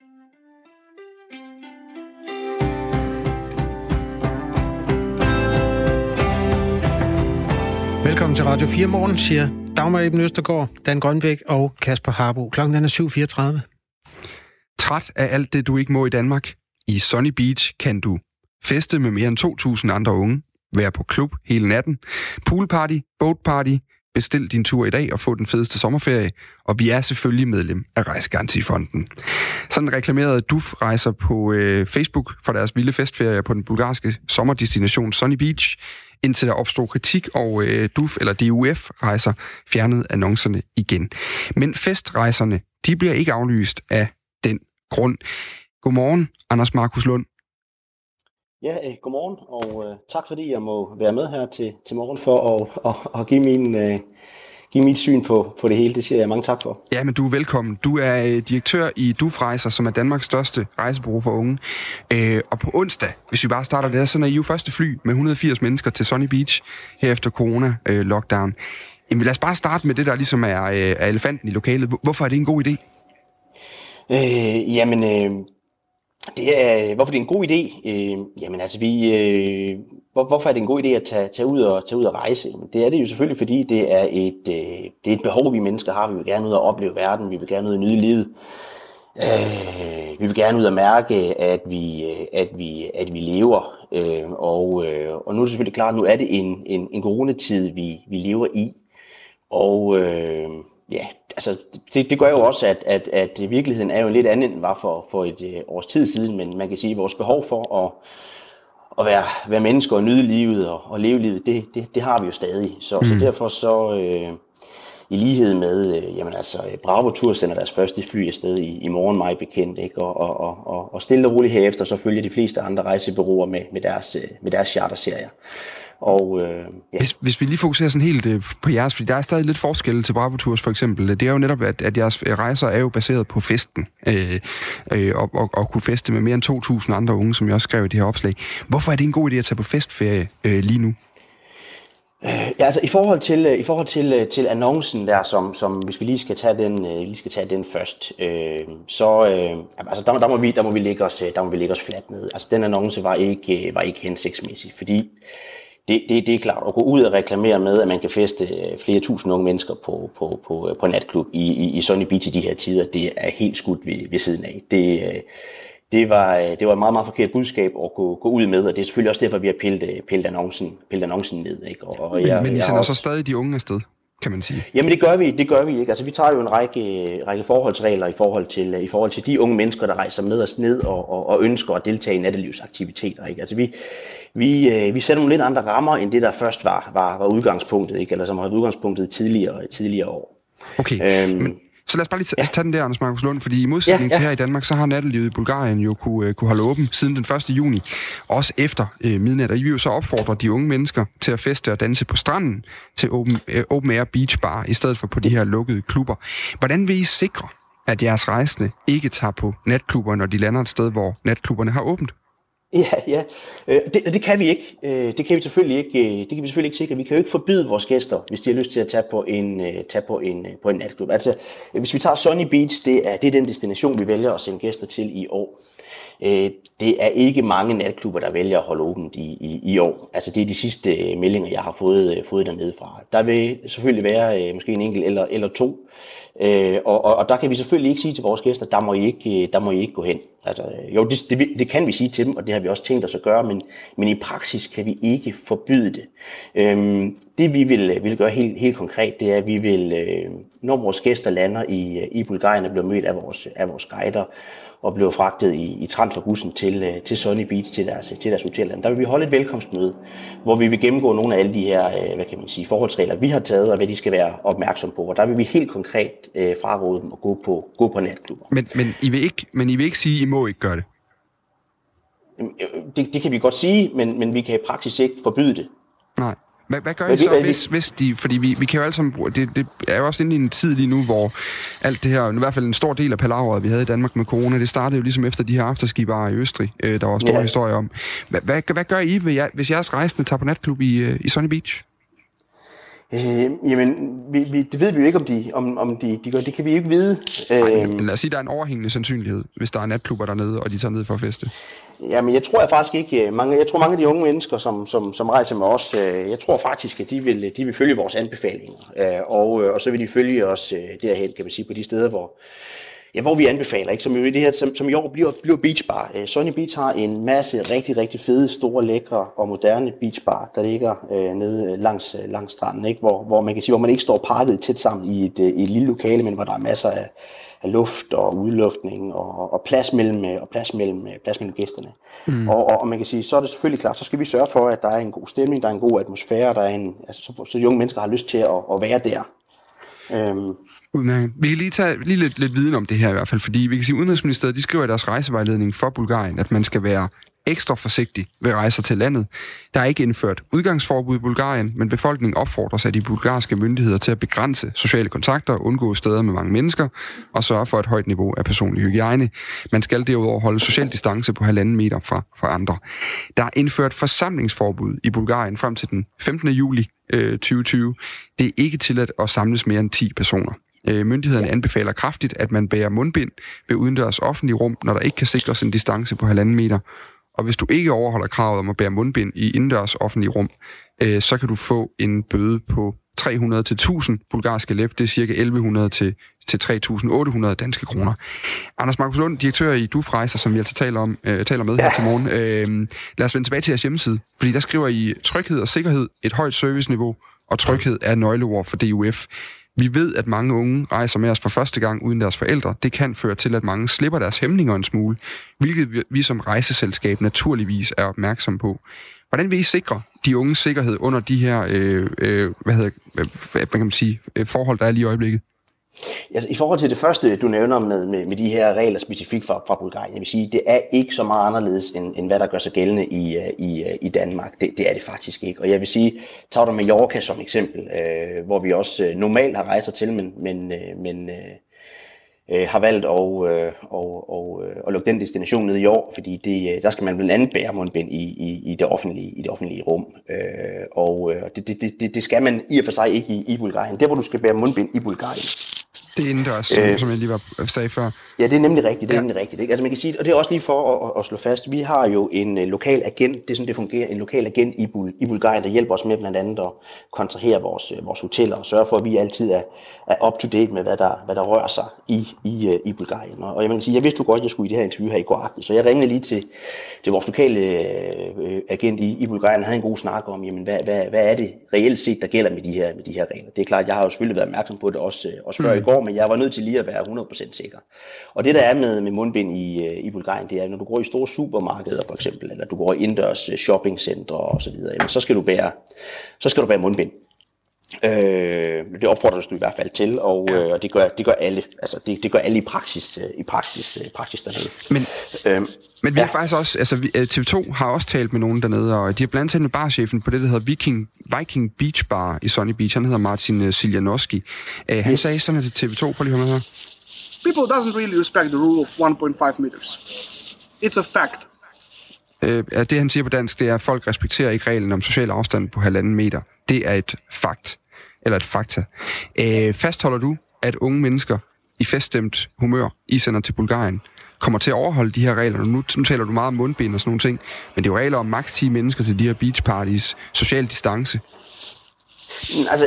Velkommen til Radio 4 Morgen, siger Dagmar Eben Østergaard, Dan Grønbæk og Kasper Harbo. Klokken er 7:34. Træt af alt det, du ikke må i Danmark? I Sunny Beach kan du feste med mere end 2.000 andre unge, være på klub hele natten, poolparty, boatparty, Bestil din tur i dag og få den fedeste sommerferie, og vi er selvfølgelig medlem af Rejsegarantifonden. Sådan reklamerede DUF Rejser på Facebook for deres vilde festferie på den bulgarske sommerdestination Sunny Beach, indtil der opstod kritik, og DUF eller DUF Rejser fjernede annoncerne igen. Men festrejserne, de bliver ikke aflyst af den grund. Godmorgen, Anders Markus Lund. Ja, godmorgen, og tak fordi jeg må være med her til morgen for at give mit syn på det hele. Det siger jeg mange tak for. Ja, men du er velkommen. Du er direktør i DUF Rejser, som er Danmarks største rejsebureau for unge. Og på onsdag, hvis vi bare starter der, så er I jo første fly med 180 mennesker til Sunny Beach her efter corona-lockdown. Jamen lad os bare starte med det, der ligesom er elefanten i lokalet. Hvorfor er det en god idé? Hvorfor det er en god idé? Hvorfor er det en god idé at tage ud og rejse? Det er det jo selvfølgelig, fordi det er et behov, vi mennesker har. Vi vil gerne ud og opleve verden, vi vil gerne ud og nyde livet. Vi vil gerne ud og mærke, at vi lever. Og nu er det selvfølgelig klart, at nu er det en coronatid, vi lever i. Og det gør jo også, at virkeligheden er jo lidt andet, end var for et års tid siden, men man kan sige, at vores behov for at være mennesker og nyde livet og leve livet, det har vi jo stadig. Så derfor i lighed med, Bravo Tour sender deres første fly afsted i morgen, mig bekendt, ikke? Og stille og roligt herefter, så følger de fleste andre rejsebureauer med deres charterserier. Og, Hvis vi lige fokuserer sådan helt på jeres, fordi der er stadig lidt forskel til Bravo Tours for eksempel. Det er jo netop, at jeres rejser er jo baseret på festen, og kunne feste med mere end 2.000 andre unge, som jeg også skrev i det her opslag. Hvorfor er det en god idé at tage på festferie lige nu? I forhold til annoncen der, som hvis vi lige skal tage den først, der må vi lægge os fladt ned. Altså den annonce var ikke hensigtsmæssig, fordi det er klart at gå ud og reklamere med, at man kan feste flere tusind unge mennesker på natklub i Sunny Beach i de her tider. Det er helt skudt ved siden af. Det var et meget, meget forkert budskab at gå ud med, og det er selvfølgelig også derfor, vi har pillet annoncen ned. Ikke? Men I sender så stadig de unge afsted, kan man sige? Jamen det gør vi ikke. Altså vi tager jo en række forholdsregler i forhold til de unge mennesker, der rejser med os ned og ønsker at deltage i nattelivsaktiviteter. Ikke? Altså vi sætter nogle lidt andre rammer, end det der først var udgangspunktet, ikke? Eller som har været udgangspunktet tidligere år. Okay, så lad os bare lige tage den der, Anders Markus Lund, fordi i modsætning til her i Danmark, så har nattelivet i Bulgarien jo kunne holde åben siden den 1. juni, også efter midnat. Og I vil jo så opfordre de unge mennesker til at feste og danse på stranden til open air beach bar, i stedet for på de her lukkede klubber. Hvordan vil I sikre, at jeres rejsende ikke tager på natklubber, når de lander et sted, hvor natklubberne har åbent? Ja. Det kan vi ikke. Det kan vi selvfølgelig ikke sikre. Vi kan jo ikke forbyde vores gæster, hvis de har lyst til at tage på en natklub. Altså, hvis vi tager Sunny Beach, det er den destination, vi vælger at sende gæster til i år. Det er ikke mange natklubber, der vælger at holde åbent i år. Altså, det er de sidste meldinger, jeg har fået dernede fra. Der vil selvfølgelig være måske en enkelt eller to. Og der kan vi selvfølgelig ikke sige til vores gæster, der må I ikke gå hen. Altså, jo, det kan vi sige til dem, og det har vi også tænkt os at gøre, men i praksis kan vi ikke forbyde det. Det vi vil gøre helt konkret, det er, at vi vil, når vores gæster lander i Bulgarien og bliver mødt af vores guider, og bliver fragtet i transferbussen til Sunny Beach, til deres hotelland. Der vil vi holde et velkomstmøde, hvor vi vil gennemgå nogle af alle de her, forholdsregler, vi har taget, og hvad de skal være opmærksom på. Og der vil vi helt konkret fraråde dem at gå på natklubber. Men I vil ikke sige, at I må ikke gøre det? Det kan vi godt sige, men vi kan i praksis ikke forbyde det. Nej. Hvad gør I så, hvis de... Fordi vi kan jo alle sammen... Det er jo også inde i en tid lige nu, hvor alt det her... I hvert fald en stor del af palaveret, vi havde i Danmark med corona, det startede jo ligesom efter de her afterskibarer i Østrig, der var store historier om. Hvad gør I, hvis jeres rejsende tager på natklub i Sunny Beach? Det ved vi jo ikke, om de gør. Det kan vi ikke vide. Men lad os sige, der er en overhængende sandsynlighed, hvis der er natklubber dernede, og de tager ned for at feste. Jamen, jeg tror faktisk ikke. Jeg tror mange af de unge mennesker, som rejser med os, jeg tror faktisk, at de vil følge vores anbefalinger. Og så vil de følge os derhen, kan man sige, på de steder, hvor vi anbefaler, ikke? Som jo i det her, som i år bliver Beach Bar. Sunny Beach har en masse rigtig, rigtig fede, store, lækre og moderne beach bar, der ligger nede langs stranden, ikke? Hvor man kan sige, hvor man ikke står pakket tæt sammen i et lille lokale, men hvor der er masser af luft og udluftning og plads mellem gæsterne. Og man kan sige, så er det selvfølgelig klart, så skal vi sørge for, at der er en god stemning, der er en god atmosfære, der er så de unge mennesker har lyst til at være der. Vi kan lige tage lidt viden om det her i hvert fald, fordi vi kan sige, at Udenrigsministeriet de skriver i deres rejsevejledning for Bulgarien, at man skal være ekstra forsigtig ved rejser til landet. Der er ikke indført udgangsforbud i Bulgarien, men befolkningen opfordres af de bulgarske myndigheder til at begrænse sociale kontakter, undgå steder med mange mennesker og sørge for et højt niveau af personlig hygiejne. Man skal derudover holde social distance på 1,5 meter fra andre. Der er indført forsamlingsforbud i Bulgarien frem til den 15. juli 2020. Det er ikke tilladt at samles mere end 10 personer. Myndighederne anbefaler kraftigt, at man bærer mundbind ved udendørs offentlige rum, når der ikke kan sikres en distance på 1,5 meter. Og hvis du ikke overholder kravet om at bære mundbind i indendørs offentlige rum, så kan du få en bøde på 300 til 1000 bulgarske lef. Det er cirka 1100 til 3.800 danske kroner. Anders Markus Lund, direktør i DUF Rejser, som vi altså taler med her til morgen. Lad os vende tilbage til jeres hjemmeside, fordi der skriver I tryghed og sikkerhed, et højt serviceniveau, og tryghed er nøgleord for DUF. Vi ved, at mange unge rejser med os for første gang uden deres forældre. Det kan føre til, at mange slipper deres hæmninger en smule, hvilket vi som rejseselskab naturligvis er opmærksom på. Hvordan vil I sikre de unges sikkerhed under de her forhold, der er lige i øjeblikket? Altså, i forhold til det første, du nævner med de her regler specifikt fra Bulgarien, jeg vil sige, det er ikke så meget anderledes, end hvad der gør sig gældende i Danmark. Det er det faktisk ikke. Og jeg vil sige, tager du Mallorca som eksempel, hvor vi også normalt har rejser til, men har valgt at lukke den destination ned i år, fordi der skal man blandt andet bære mundbind i det offentlige rum. Det skal man i og for sig ikke i Bulgarien. Der, hvor du skal bære mundbind i Bulgarien, det er indendørs, som jeg lige sagde før. Ja, det er nemlig rigtigt. Ikke? Altså man kan sige, og det er også lige for at slå fast, vi har jo en lokal agent, det er sådan det fungerer, en lokal agent i Bulgarien, der hjælper os med blandt andet at kontrahere vores hoteller og sørge for, at vi altid er up to date med, hvad der rører sig i Bulgarien. Og jeg kan sige, jeg vidste jo godt, at jeg skulle i det her interview her i går aften, så jeg ringede lige til vores lokale agent i Bulgarien og havde en god snak om, jamen, hvad er det reelt set, der gælder med de her regler. Det er klart, jeg har jo selvfølgelig været opmærksom på det også før i går, men jeg var nødt til lige at være 100% sikker. Og det der er med mundbind i Bulgarien, det er, når du går i store supermarkeder for eksempel, eller du går i indendørs shoppingcentre og så videre, så skal du bære mundbind. Det opfordrer du i hvert fald til, og det gør alle. Altså det gør alle i praksis dernede. Men vi har faktisk også, altså TV2 har også talt med nogen dernede, og de har blandt andet med barchefen på det, der hedder Viking Beach Bar i Sunny Beach. Han hedder Martin Siljanowski. Han sagde sådan til TV2, prøv lige at høre med her. People doesn't really respect the rule of 1.5 meters. It's a fact. Det han siger på dansk, det er, at folk respekterer ikke reglen om social afstand på 1,5 meter. Det er et fakt. Eller et fakta. Fastholder du, at unge mennesker i feststemt humør, I sender til Bulgarien, kommer til at overholde de her regler? Nu taler du meget om mundbind og sådan nogle ting, men det er jo regler om maks 10 mennesker til de her beach parties, social distance. Altså,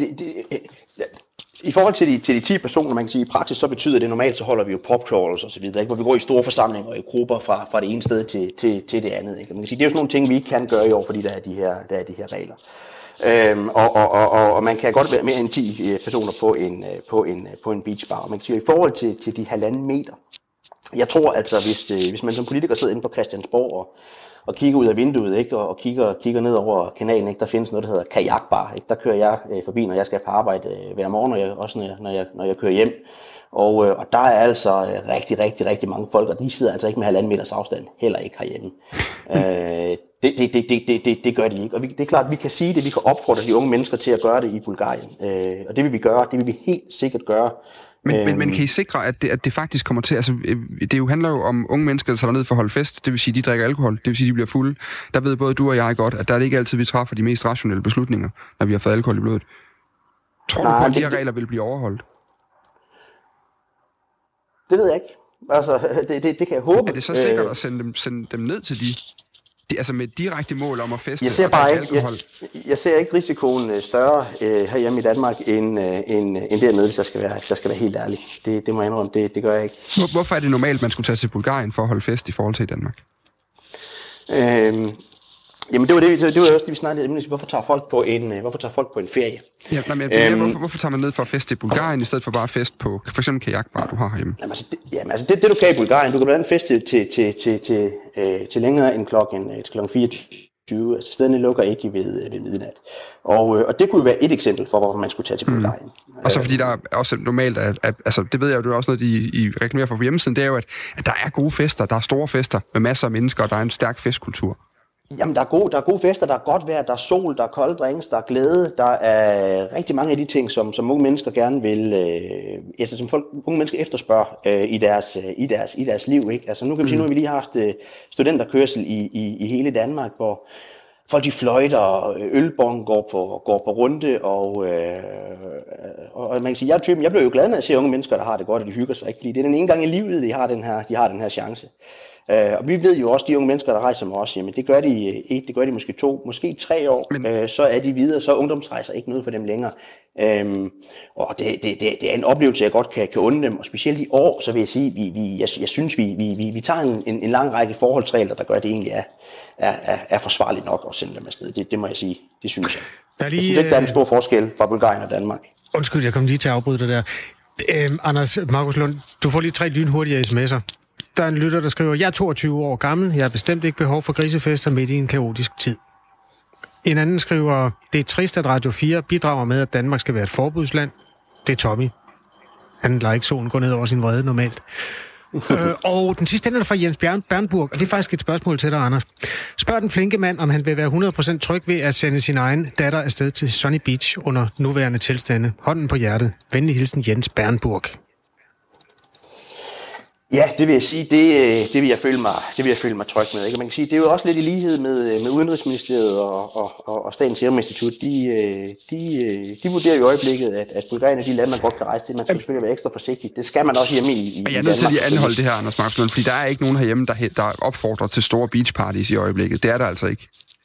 i forhold til de 10 personer, man kan sige i praksis, så betyder det normalt, så holder vi jo popcrawls og så videre, ikke? Hvor vi går i store forsamlinger og i grupper fra det ene sted til det andet. Ikke? Man kan sige, det er jo sådan nogle ting, vi ikke kan gøre i år, fordi der er de her regler. Og man kan godt være mere end 10 personer på en beach bar. Og man kan sige, i forhold til de 1,5 meter, jeg tror altså, hvis man som politiker sidder inde på Christiansborg og kigger ud af vinduet, ikke, og kigger ned over kanalen, ikke, der findes noget, der hedder kajakbar. Ikke? Der kører jeg forbi, når jeg skal på arbejde hver morgen, og også når jeg kører hjem. Og der er altså rigtig mange folk, og de sidder altså ikke med 1,5 meters afstand, heller ikke herhjemme. Det gør de ikke. Og det er klart, at vi kan sige det, vi kan opfordre de unge mennesker til at gøre det i Bulgarien. Og det vil vi gøre, det vil vi helt sikkert gøre. Men kan I sikre, at det faktisk kommer til... Altså, det jo handler jo om unge mennesker, der tager ned for at holde fest. Det vil sige, de drikker alkohol. Det vil sige, de bliver fulde. Der ved både du og jeg godt, at der er det ikke altid, vi træffer de mest rationelle beslutninger, når vi har fået alkohol i blodet. Tror du på, at de her regler vil blive overholdt? Det ved jeg ikke. Altså, det kan jeg håbe. Er det så sikkert at sende dem ned til altså med direkte mål om at feste jeg ser og bare alkohol? Jeg ser ikke risikoen større herhjemme i Danmark end dernede, hvis jeg skal være helt ærlig. Det må jeg indrømme, det gør jeg ikke. Hvorfor er det normalt, man skulle tage til Bulgarien for at holde fest i forhold til Danmark? Jamen det var også det, vi snakkede om. Hvorfor tager folk på en ferie? Ja, hvorfor tager man ned for at feste i Bulgarien, i stedet for bare at feste på for eksempel kajakbar, du har herhjemme? Det du kan i Bulgarien, du kan blandt andet feste til længere end klokken 24. Altså stederne lukker ikke ved midnat. Og det kunne være et eksempel for, hvor man skulle tage til Bulgarien. Og så fordi der er også normalt, altså det ved jeg jo, det er også noget, I reklamerer for på hjemmesiden, det er jo, at der er gode fester, der er store fester med masser af mennesker, og der er en stærk festkultur. Jamen, der er gode fester, der er godt vejr, der er sol, der er kolde drinks, der er glæde, der er rigtig mange af de ting, som unge mennesker gerne vil, som unge mennesker efterspørger i deres liv, ikke? Altså nu kan vi sige, nu har vi lige haft studenterkørsel i hele Danmark, hvor folk de fløjter, ølbong går på runde, og man kan sige, jeg blev jo glad, når jeg ser unge mennesker, der har det godt, og de hygger sig, ikke? Fordi det er den ene gang i livet, de har den her chance. Og vi ved jo også, de unge mennesker, der rejser med os, jamen det gør de ikke, det gør de måske 2, måske 3 år, så er de videre, så er ungdomsrejser ikke noget for dem længere. Og det er en oplevelse, jeg godt kan unde dem, og specielt i år, så vil jeg sige, jeg synes, vi tager en lang række forholdsregler, der gør, at det egentlig er forsvarligt nok at sende dem afsted. Det må jeg sige, det synes jeg. Jeg synes ikke, der er en stor forskel fra Bulgarien og Danmark. Undskyld, jeg kom lige til at afbryde det der. Anders Markus Lund, du får lige 3 lynhurtige sms'er. Der er en lytter, der skriver, jeg er 22 år gammel, jeg har bestemt ikke behov for grisefester midt i en kaotisk tid. En anden skriver, det er trist, at Radio 4 bidrager med, at Danmark skal være et forbudsland. Det er Tommy. Han lader ikke solen gå ned over sin vrede normalt. Og den sidste er fra Jens Bernburg, og det er faktisk et spørgsmål til dig, Anders. Spørg den flinke mand, om han vil være 100% tryg ved at sende sin egen datter afsted til Sunny Beach under nuværende tilstande. Hånden på hjertet. Venlig hilsen, Jens Bernburg. Ja, det vil jeg sige, det vil jeg føle mig tryg med. Ikke? Man kan sige, det er jo også lidt i lighed med Udenrigsministeriet og Statens Serum Institut. De vurderer jo i øjeblikket, at Bulgarien er de lande, man godt kan rejse til. Man skal selvfølgelig være ekstra forsigtig. Det skal man også hjemme i Danmark. Jeg er nødt til at anholde det her, Anders Markus Lund, fordi der er ikke nogen herhjemme, der opfordrer til store beachparties i øjeblikket. Det er der altså ikke.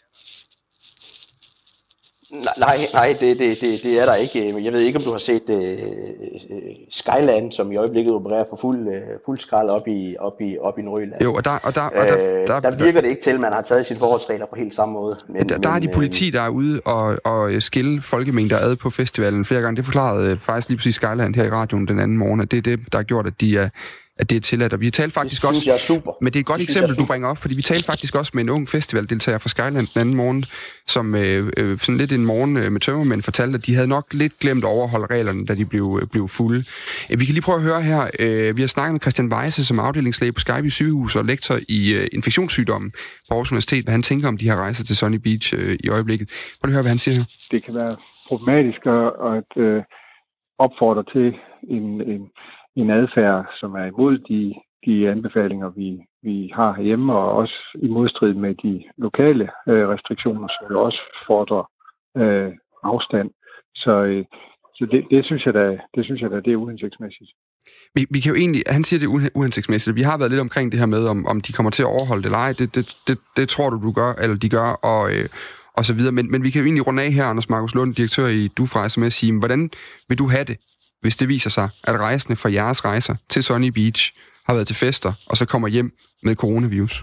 Nej, det er der ikke. Jeg ved ikke, om du har set Skyland, som i øjeblikket opererer for fuld skrald op i Nordjylland. Jo, og der virker det ikke til, at man har taget sine forholdsregler på helt samme måde. Der er de politi, der er ude og skille folkemængder ad på festivalen flere gange. Det forklarede faktisk lige præcis Skyland her i radioen den anden morgen, at det er det, der har gjort, at det er tilladt. Og vi talte faktisk det synes jeg er super. Men det er et godt eksempel, du bringer op, fordi vi talte faktisk også med en ung festivaldeltager fra Skyland den anden morgen, som sådan lidt en morgen med tømmermænd fortalte, at de havde nok lidt glemt at overholde reglerne, da de blev fulde. Vi kan lige prøve at høre her. Vi har snakket med Christian Weisse, som afdelingslæge på Skejby Sygehus og lektor i infektionssygdomme på Aarhus Universitet, hvad han tænker om de her rejser til Sunny Beach i øjeblikket. Prøv at høre, hvad han siger her. Det kan være problematisk at opfordre til en adfærd, som er imod de anbefalinger, vi har herhjemme, og også i modstrid med de lokale restriktioner, som jo også fordrer afstand. Så det synes jeg da, det er uhensigtsmæssigt. Vi kan jo egentlig, han siger, det er uhensigtsmæssigt. Vi har været lidt omkring det her med, om de kommer til at overholde det eller ej. Det tror du gør, eller de gør, og så videre. Men vi kan jo egentlig runde af her, Anders Markus Lund, direktør i DUF-rejser, med at sige, hvordan vil du have det, hvis det viser sig, at rejsende fra jeres rejser til Sunny Beach har været til fester, og så kommer hjem med coronavirus?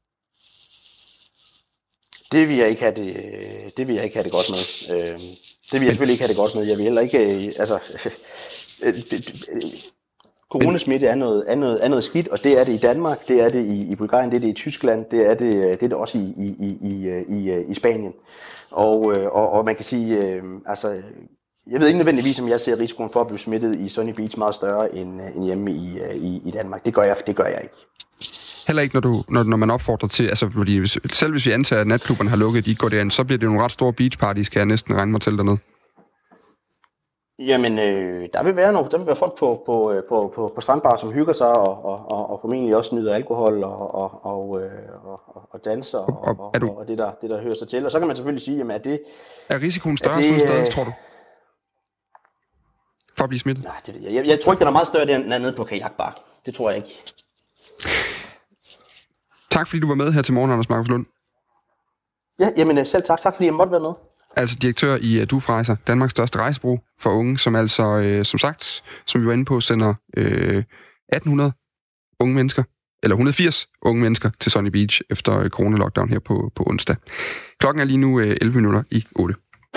Det vil jeg ikke have det godt med. Det vil jeg selvfølgelig ikke have det godt med. Jeg vil heller ikke, coronasmitte er noget skidt, og det er det i Danmark, det er det i Bulgarien, det er det i Tyskland, det er det også i Spanien. Og man kan sige, jeg ved ikke nødvendigvis, om jeg ser risikoen for at blive smittet i Sunny Beach meget større end hjemme i Danmark. Det gør jeg ikke. Heller ikke, når man opfordrer til, altså fordi selv hvis vi antager, at natklubberne har lukket, de ikke går derind, så bliver det nogle ret store beachparties, kan jeg næsten regne mig til dernede. Jamen, der vil være folk på strandbar, som hygger sig og formentlig også nyder alkohol og danser og det der hører sig til. Og så kan man selvfølgelig sige, jamen er risikoen større sådan et sted, tror du? For at blive smittet? Nej, det ved jeg. Jeg tror ikke, den er meget større dernede på kajakbar. Det tror jeg ikke. Tak fordi du var med her til morgen, Anders Markus Lund. Ja, jamen selv tak. Tak fordi jeg måtte være med. Altså direktør i DUF-rejser, Danmarks største rejsebureau for unge, som altså, som sagt, som vi var inde på, sender 1800 unge mennesker, eller 180 unge mennesker til Sunny Beach efter corona-lockdown her på onsdag. Klokken er lige nu 11 minutter i 8.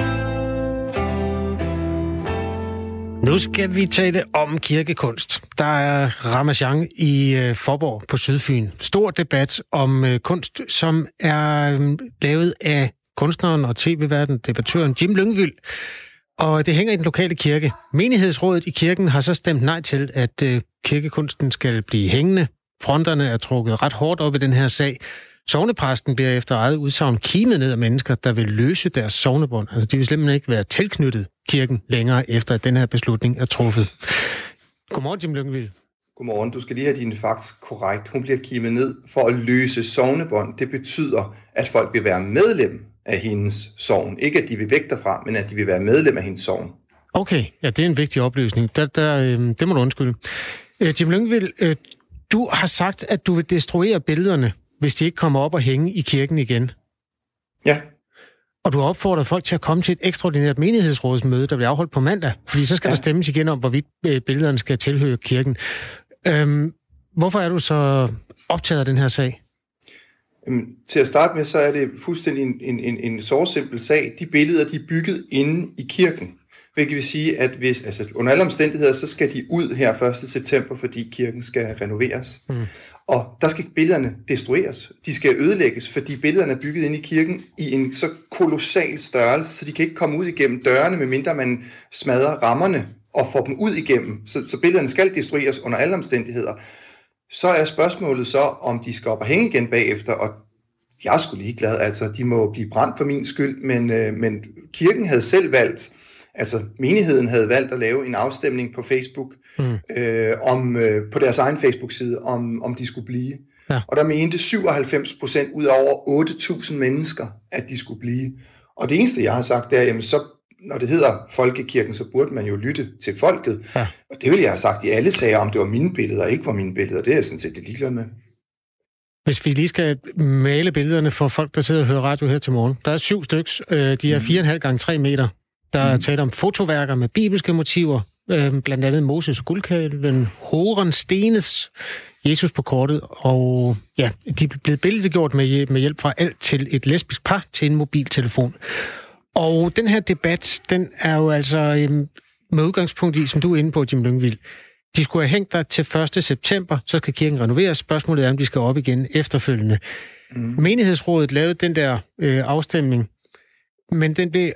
Nu skal vi tale om kirkekunst. Der er ramachan i Faaborg på Sydfyn. Stor debat om kunst, som er lavet af kunstneren og tv-værten, debattøren Jim Lyngvild. Og det hænger i den lokale kirke. Menighedsrådet i kirken har så stemt nej til, at kirkekunsten skal blive hængende. Fronterne er trukket ret hårdt op i den her sag. Sognepræsten bliver efter eget udsagn kimet ned af mennesker, der vil løse deres sognebånd. Altså, de vil simpelthen ikke være tilknyttet kirken længere, efter at den her beslutning er truffet. Godmorgen, Jim Lyngvild. Godmorgen. Du skal lige have dine facts korrekt. Hun bliver kimet ned for at løse sognebånd. Det betyder, at folk vil være medlem af hendes sogn. Ikke at de vil væk derfra, men at de vil være medlem af hendes sogn. Okay, ja, det er en vigtig oplysning. Det må du undskylde. Jim Lyngvild, du har sagt, at du vil destruere billederne, hvis de ikke kommer op og hænge i kirken igen. Ja. Og du har opfordret folk til at komme til et ekstraordinært menighedsrådsmøde, der bliver afholdt på mandag, fordi så skal der stemmes igen om, hvorvidt billederne skal tilhøre kirken. Hvorfor er du så optaget af den her sag? Til at starte med, så er det fuldstændig en så simpel sag. De billeder, de er bygget inde i kirken. Hvilket vil sige, at under alle omstændigheder, så skal de ud her 1. september, fordi kirken skal renoveres. Og der skal billederne destrueres. De skal ødelægges, fordi billederne er bygget inde i kirken i en så kolossal størrelse, så de kan ikke komme ud igennem dørene, medmindre man smadrer rammerne og får dem ud igennem. Så billederne skal destrueres under alle omstændigheder. Så er spørgsmålet så, om de skal op og hænge igen bagefter, og jeg er sgu ligeglad. Altså, de må blive brændt for min skyld, men kirken havde selv valgt, altså menigheden havde valgt at lave en afstemning på Facebook, på deres egen Facebook-side, om de skulle blive. Ja. Og der mente 97% ud af over 8.000 mennesker, at de skulle blive. Og det eneste, jeg har sagt, det er, jamen så, når det hedder folkekirken, så burde man jo lytte til folket. Ja. Og det ville jeg have sagt i alle sager, om det var mine billeder og ikke var mine billeder. Det er jeg sådan set lidt ligeglad med. Hvis vi lige skal male billederne for folk, der sidder og hører radio her til morgen. Der er 7 styks. De er 4,5 gange 3 meter. Der er tale om fotoværker med bibelske motiver, blandt andet Moses og guldkalven, Horen Stenes, Jesus på kortet, og ja, de er blevet billedgjort med hjælp fra alt til et lesbisk par til en mobiltelefon. Og den her debat, den er jo altså med udgangspunkt i, som du er inde på, Jim Lyngvild. De skulle have hængt der til 1. september, så skal kirken renoveres. Spørgsmålet er, om de skal op igen efterfølgende. Menighedsrådet lavede den der afstemning, men den blev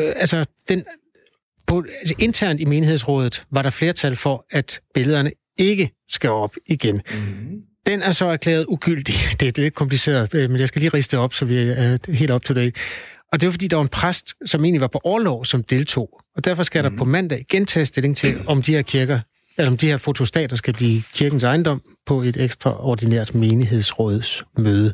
internt i menighedsrådet var der flertal for, at billederne ikke skal op igen. Den er så erklæret ugyldig. Det er lidt kompliceret, men jeg skal lige riste op, så vi er helt up to date. Og det var, fordi der var en præst, som egentlig var på orlov, som deltog. Og derfor skal der på mandag igen tage stilling til, om de her kirker, eller om de her fotostater skal blive kirkens ejendom på et ekstraordinært menighedsrådsmøde.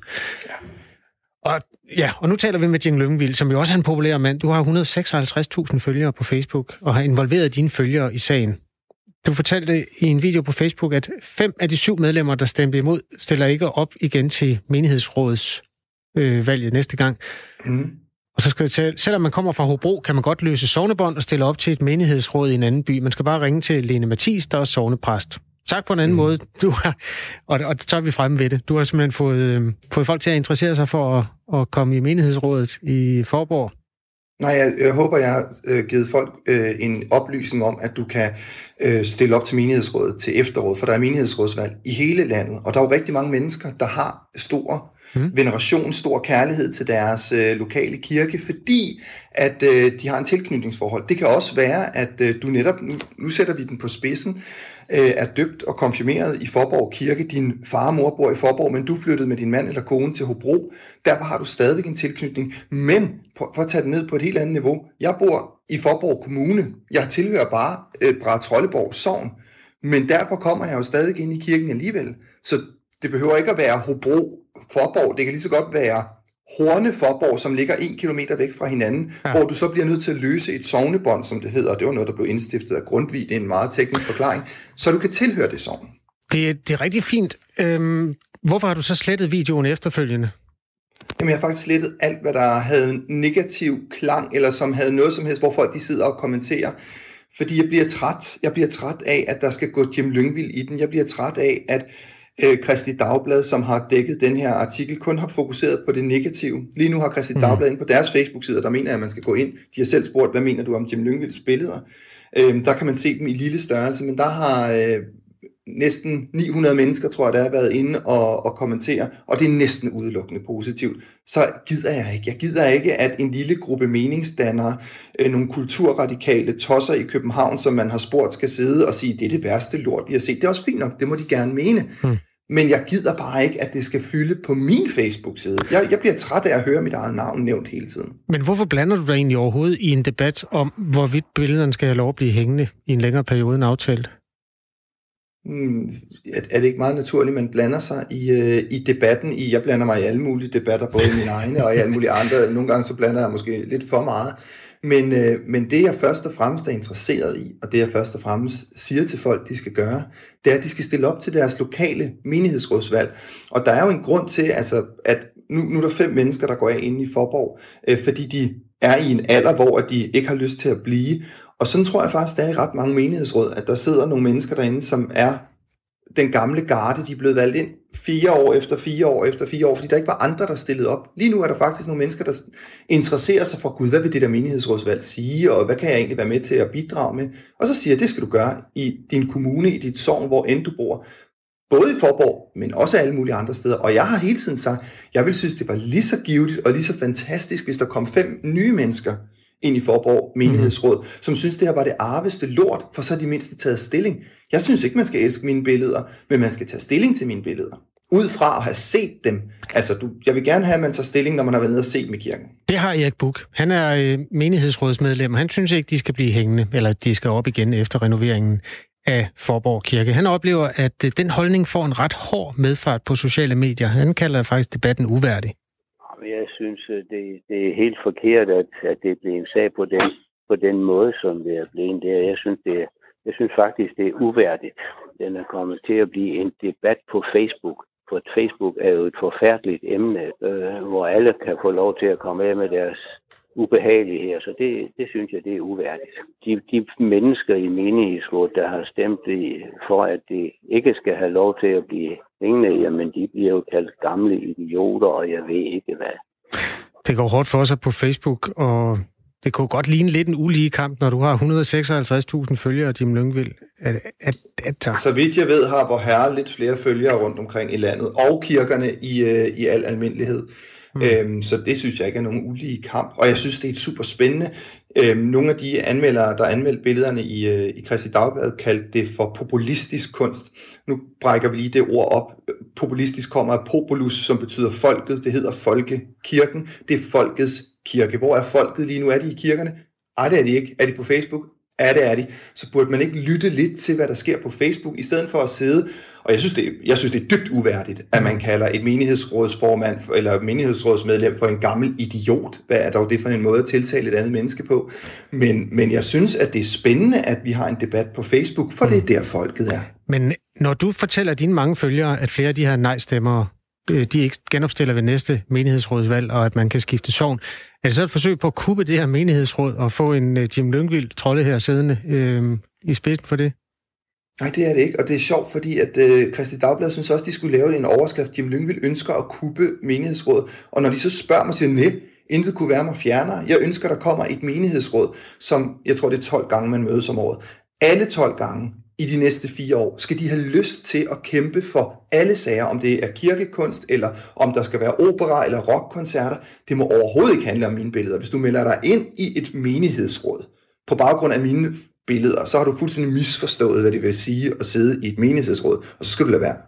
Og nu taler vi med Jim Lyngvild, som jo også er en populær mand. Du har 156.000 følgere på Facebook, og har involveret dine følgere i sagen. Du fortalte i en video på Facebook, at 5 af de 7 medlemmer, der stemte imod, stiller ikke op igen til menighedsrådsvalget næste gang. Og så skal jeg selvom man kommer fra Hobro, kan man godt løse sognebånd og stille op til et menighedsråd i en anden by. Man skal bare ringe til Lene Mathis, der er sognepræst. Sagt på en anden måde, du har, og så er vi fremme ved det. Du har simpelthen fået folk til at interessere sig for at komme i menighedsrådet i Faaborg. Nej, jeg håber, jeg har givet folk en oplysning om, at du kan stille op til menighedsrådet til efteråret, for der er menighedsrådsvalg i hele landet, og der er jo rigtig mange mennesker, der har stor veneration, stor kærlighed til deres lokale kirke, fordi at de har en tilknytningsforhold. Det kan også være, at du netop, nu sætter vi den på spidsen, er døbt og konfirmeret i Faaborg Kirke. Din far og mor bor i Faaborg, men du flyttede med din mand eller kone til Hobro. Derfor har du stadigvæk en tilknytning. Men for at tage det ned på et helt andet niveau. Jeg bor i Faaborg Kommune. Jeg tilhører bare Brahetrolleborg Sogn. Men derfor kommer jeg jo stadig ind i kirken alligevel. Så det behøver ikke at være Hobro Faaborg. Det kan lige så godt være Horne Faaborg, som ligger 1 kilometer væk fra hinanden, hvor du så bliver nødt til at løse et sognebånd, som det hedder. Det var noget, der blev indstiftet af Grundtvig. Det er en meget teknisk forklaring. Så du kan tilhøre det sogn. Det er rigtig fint. Hvorfor har du så slettet videoen efterfølgende? Jamen, jeg har faktisk slettet alt, hvad der havde negativ klang, eller som havde noget som helst, hvor folk de sidder og kommenterer. Fordi jeg bliver træt. Jeg bliver træt af, at der skal gå Jim Lyngvild i den. Jeg bliver træt af, at Kristeligt Dagblad, som har dækket den her artikel, kun har fokuseret på det negative. Lige nu har Kristeligt Dagblad inde på deres Facebook-side, der mener jeg, at man skal gå ind. De har selv spurgt, hvad mener du om Jim Lyngvilds billeder? Der kan man se dem i lille størrelse, men der har næsten 900 mennesker, tror jeg, der har været inde og kommentere, og det er næsten udelukkende positivt. Så gider jeg ikke. Jeg gider ikke, at en lille gruppe meningsdannere, nogle kulturradikale tosser i København, som man har spurgt, skal sidde og sige, det er det værste lort, vi har set. Det er også fint nok, det må de gerne mene. Men jeg gider bare ikke, at det skal fylde på min Facebook-side. Jeg bliver træt af at høre mit eget navn nævnt hele tiden. Men hvorfor blander du dig egentlig overhovedet i en debat om, hvorvidt billederne skal have lov at blive hængende i en længere periode end aftalt? Er det ikke meget naturligt, at man blander sig i debatten? Jeg blander mig i alle mulige debatter, både i mine egne og i alle mulige andre. Nogle gange så blander jeg måske lidt for meget. Men det, jeg først og fremmest er interesseret i, og det, jeg først og fremmest siger til folk, de skal gøre, det er, at de skal stille op til deres lokale menighedsrådsvalg. Og der er jo en grund til, altså, at nu er der 5 mennesker, der går af inde i Faaborg, fordi de er i en alder, hvor de ikke har lyst til at blive. Og sådan tror jeg faktisk, der er i ret mange menighedsråd, at der sidder nogle mennesker derinde, som er den gamle garde, de er blevet valgt ind 4 år efter 4 år efter 4 år, fordi der ikke var andre, der stillede op. Lige nu er der faktisk nogle mennesker, der interesserer sig for, gud, hvad vil det der menighedsrådsvalg sige, og hvad kan jeg egentlig være med til at bidrage med? Og så siger jeg, det skal du gøre i din kommune, i dit sogn, hvor end du bor. Både i Faaborg, men også alle mulige andre steder. Og jeg har hele tiden sagt, jeg vil synes, det var lige så givetigt og lige så fantastisk, hvis der kom 5 nye mennesker ind i Faaborg menighedsråd, som synes, det her var det arveste lort, for så er de mindste taget stilling. Jeg synes ikke, man skal elske mine billeder, men man skal tage stilling til mine billeder. Ud fra at have set dem. Altså, jeg vil gerne have, at man tager stilling, når man har været nede og set dem i kirken. Det har Erik Buch. Han er menighedsrådsmedlem. Han synes ikke, de skal blive hængende, eller de skal op igen efter renoveringen af Faaborg Kirke. Han oplever, at den holdning får en ret hård medfart på sociale medier. Han kalder faktisk debatten uværdig. Jeg synes, det er helt forkert, at det bliver en sag på den måde, som det er blevet der. Jeg synes faktisk, det er uværdigt. Den er kommet til at blive en debat på Facebook. For Facebook er jo et forfærdeligt emne, hvor alle kan få lov til at komme af med deres ubehageligheder. Så det synes jeg, det er uværdigt. De mennesker i menighedsrådet, der har stemt for, at det ikke skal have lov til at blive hængende, jamen de bliver jo kaldt gamle idioter, og jeg ved ikke hvad. Det går hårdt for sig på Facebook, og det kunne godt ligne lidt en ulige kamp, når du har 156.000 følgere, Jim Lyngvild. Så vidt jeg ved, har Vor Herre lidt flere følgere rundt omkring i landet, og kirkerne i al almindelighed. Så det synes jeg ikke er nogen ulige kamp, og jeg synes, det er super spændende. Nogle af de anmeldere, der anmeldte billederne i Kristeligt Dagblad, kaldte det for populistisk kunst. Nu brækker vi lige det ord op. Populistisk kommer af populus, som betyder folket. Det hedder folkekirken. Det er folkets kirke. Hvor er folket lige nu? Er de i kirkerne? Ej, det er de ikke. Er de på Facebook? Ja, det er de. Så burde man ikke lytte lidt til, hvad der sker på Facebook, i stedet for at sidde. Og jeg synes, det er dybt uværdigt, at man kalder et menighedsrådsformand eller menighedsrådsmedlem for en gammel idiot. Hvad er dog det for en måde at tiltale et andet menneske på? Men jeg synes, at det er spændende, at vi har en debat på Facebook, for det er der folket er. Men når du fortæller dine mange følgere, at flere af de her nej-stemmere, de ikke genopstiller ved næste menighedsrådsvalg, og at man kan skifte sogn, er det så et forsøg på at kuppe det her menighedsråd og få en Jim Lyngvild trolde her siddende i spidsen for det? Nej, det er det ikke, og det er sjovt, fordi at Kristeligt Dagblad synes også, de skulle lave en overskrift, Jim Lyngvild ønsker at kuppe menighedsråd, og når de så spørger mig, siger nej, intet kunne være mig fjernere. Jeg ønsker, der kommer et menighedsråd, som jeg tror, det er 12 gange, man mødes om året. Alle 12 gange i de næste 4 år skal de have lyst til at kæmpe for alle sager, om det er kirkekunst, eller om der skal være opera eller rockkoncerter. Det må overhovedet ikke handle om mine billeder. Hvis du melder dig ind i et menighedsråd på baggrund af mine billeder, så har du fuldstændig misforstået, hvad det vil sige at sidde i et menighedsråd, og så skal du lade være.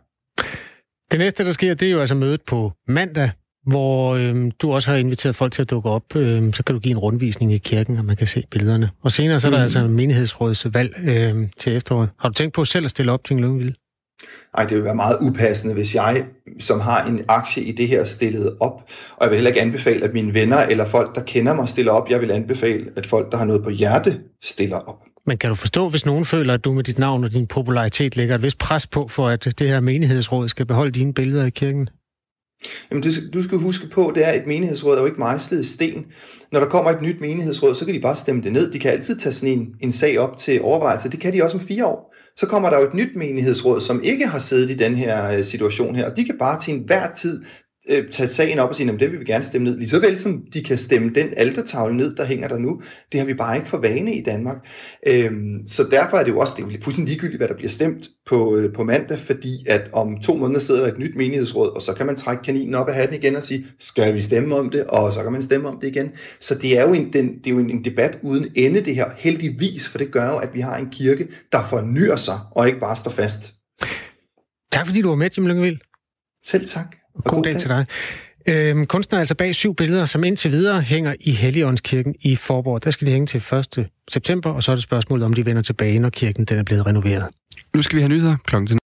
Det næste, der sker, det er jo altså mødet på mandag, hvor du også har inviteret folk til at dukke op. Så kan du give en rundvisning i kirken, og man kan se billederne. Og senere så er der altså menighedsrådsvalg til efteråret. Har du tænkt på selv at stille op, Jim Lyngvild? Nej, det vil være meget upassende, hvis jeg, som har en aktie i det her, stillede op. Og jeg vil heller ikke anbefale, at mine venner eller folk, der kender mig, stiller op. Jeg vil anbefale, at folk, der har noget på hjerte, stiller op. Men kan du forstå, hvis nogen føler, at du med dit navn og din popularitet lægger et vist pres på, for at det her menighedsråd skal beholde dine billeder i kirken? Jamen, du skal huske på, det er, et menighedsråd er jo ikke mejslet i sten. Når der kommer et nyt menighedsråd, så kan de bare stemme det ned. De kan altid tage sådan en sag op til overvejelse. Det kan de også om 4 år. Så kommer der jo et nyt menighedsråd, som ikke har siddet i den her situation her. Og de kan bare til enhver tid tage sagen op og sige, at det vil vi gerne stemme ned. Lige så vel som de kan stemme den altertavle ned, der hænger der nu. Det har vi bare ikke for vane i Danmark. Så derfor er det jo også fuldstændig ligegyldigt, hvad der bliver stemt på mandag, fordi at om 2 måneder sidder der et nyt menighedsråd, og så kan man trække kaninen op af hatten igen og sige, skal vi stemme om det? Og så kan man stemme om det igen. Så det er jo en debat uden ende, det her, heldigvis, for det gør jo, at vi har en kirke, der fornyer sig, og ikke bare står fast. Tak fordi du var med, Jim Lyngvild. Selv tak. God dag til dig. Kunstner er altså bag 7 billeder, som indtil videre hænger i Helligåndskirken i Faaborg. Der skal de hænge til 1. september, og så er det spørgsmålet, om de vender tilbage, når kirken den er blevet renoveret. Nu skal vi have nyheder klokken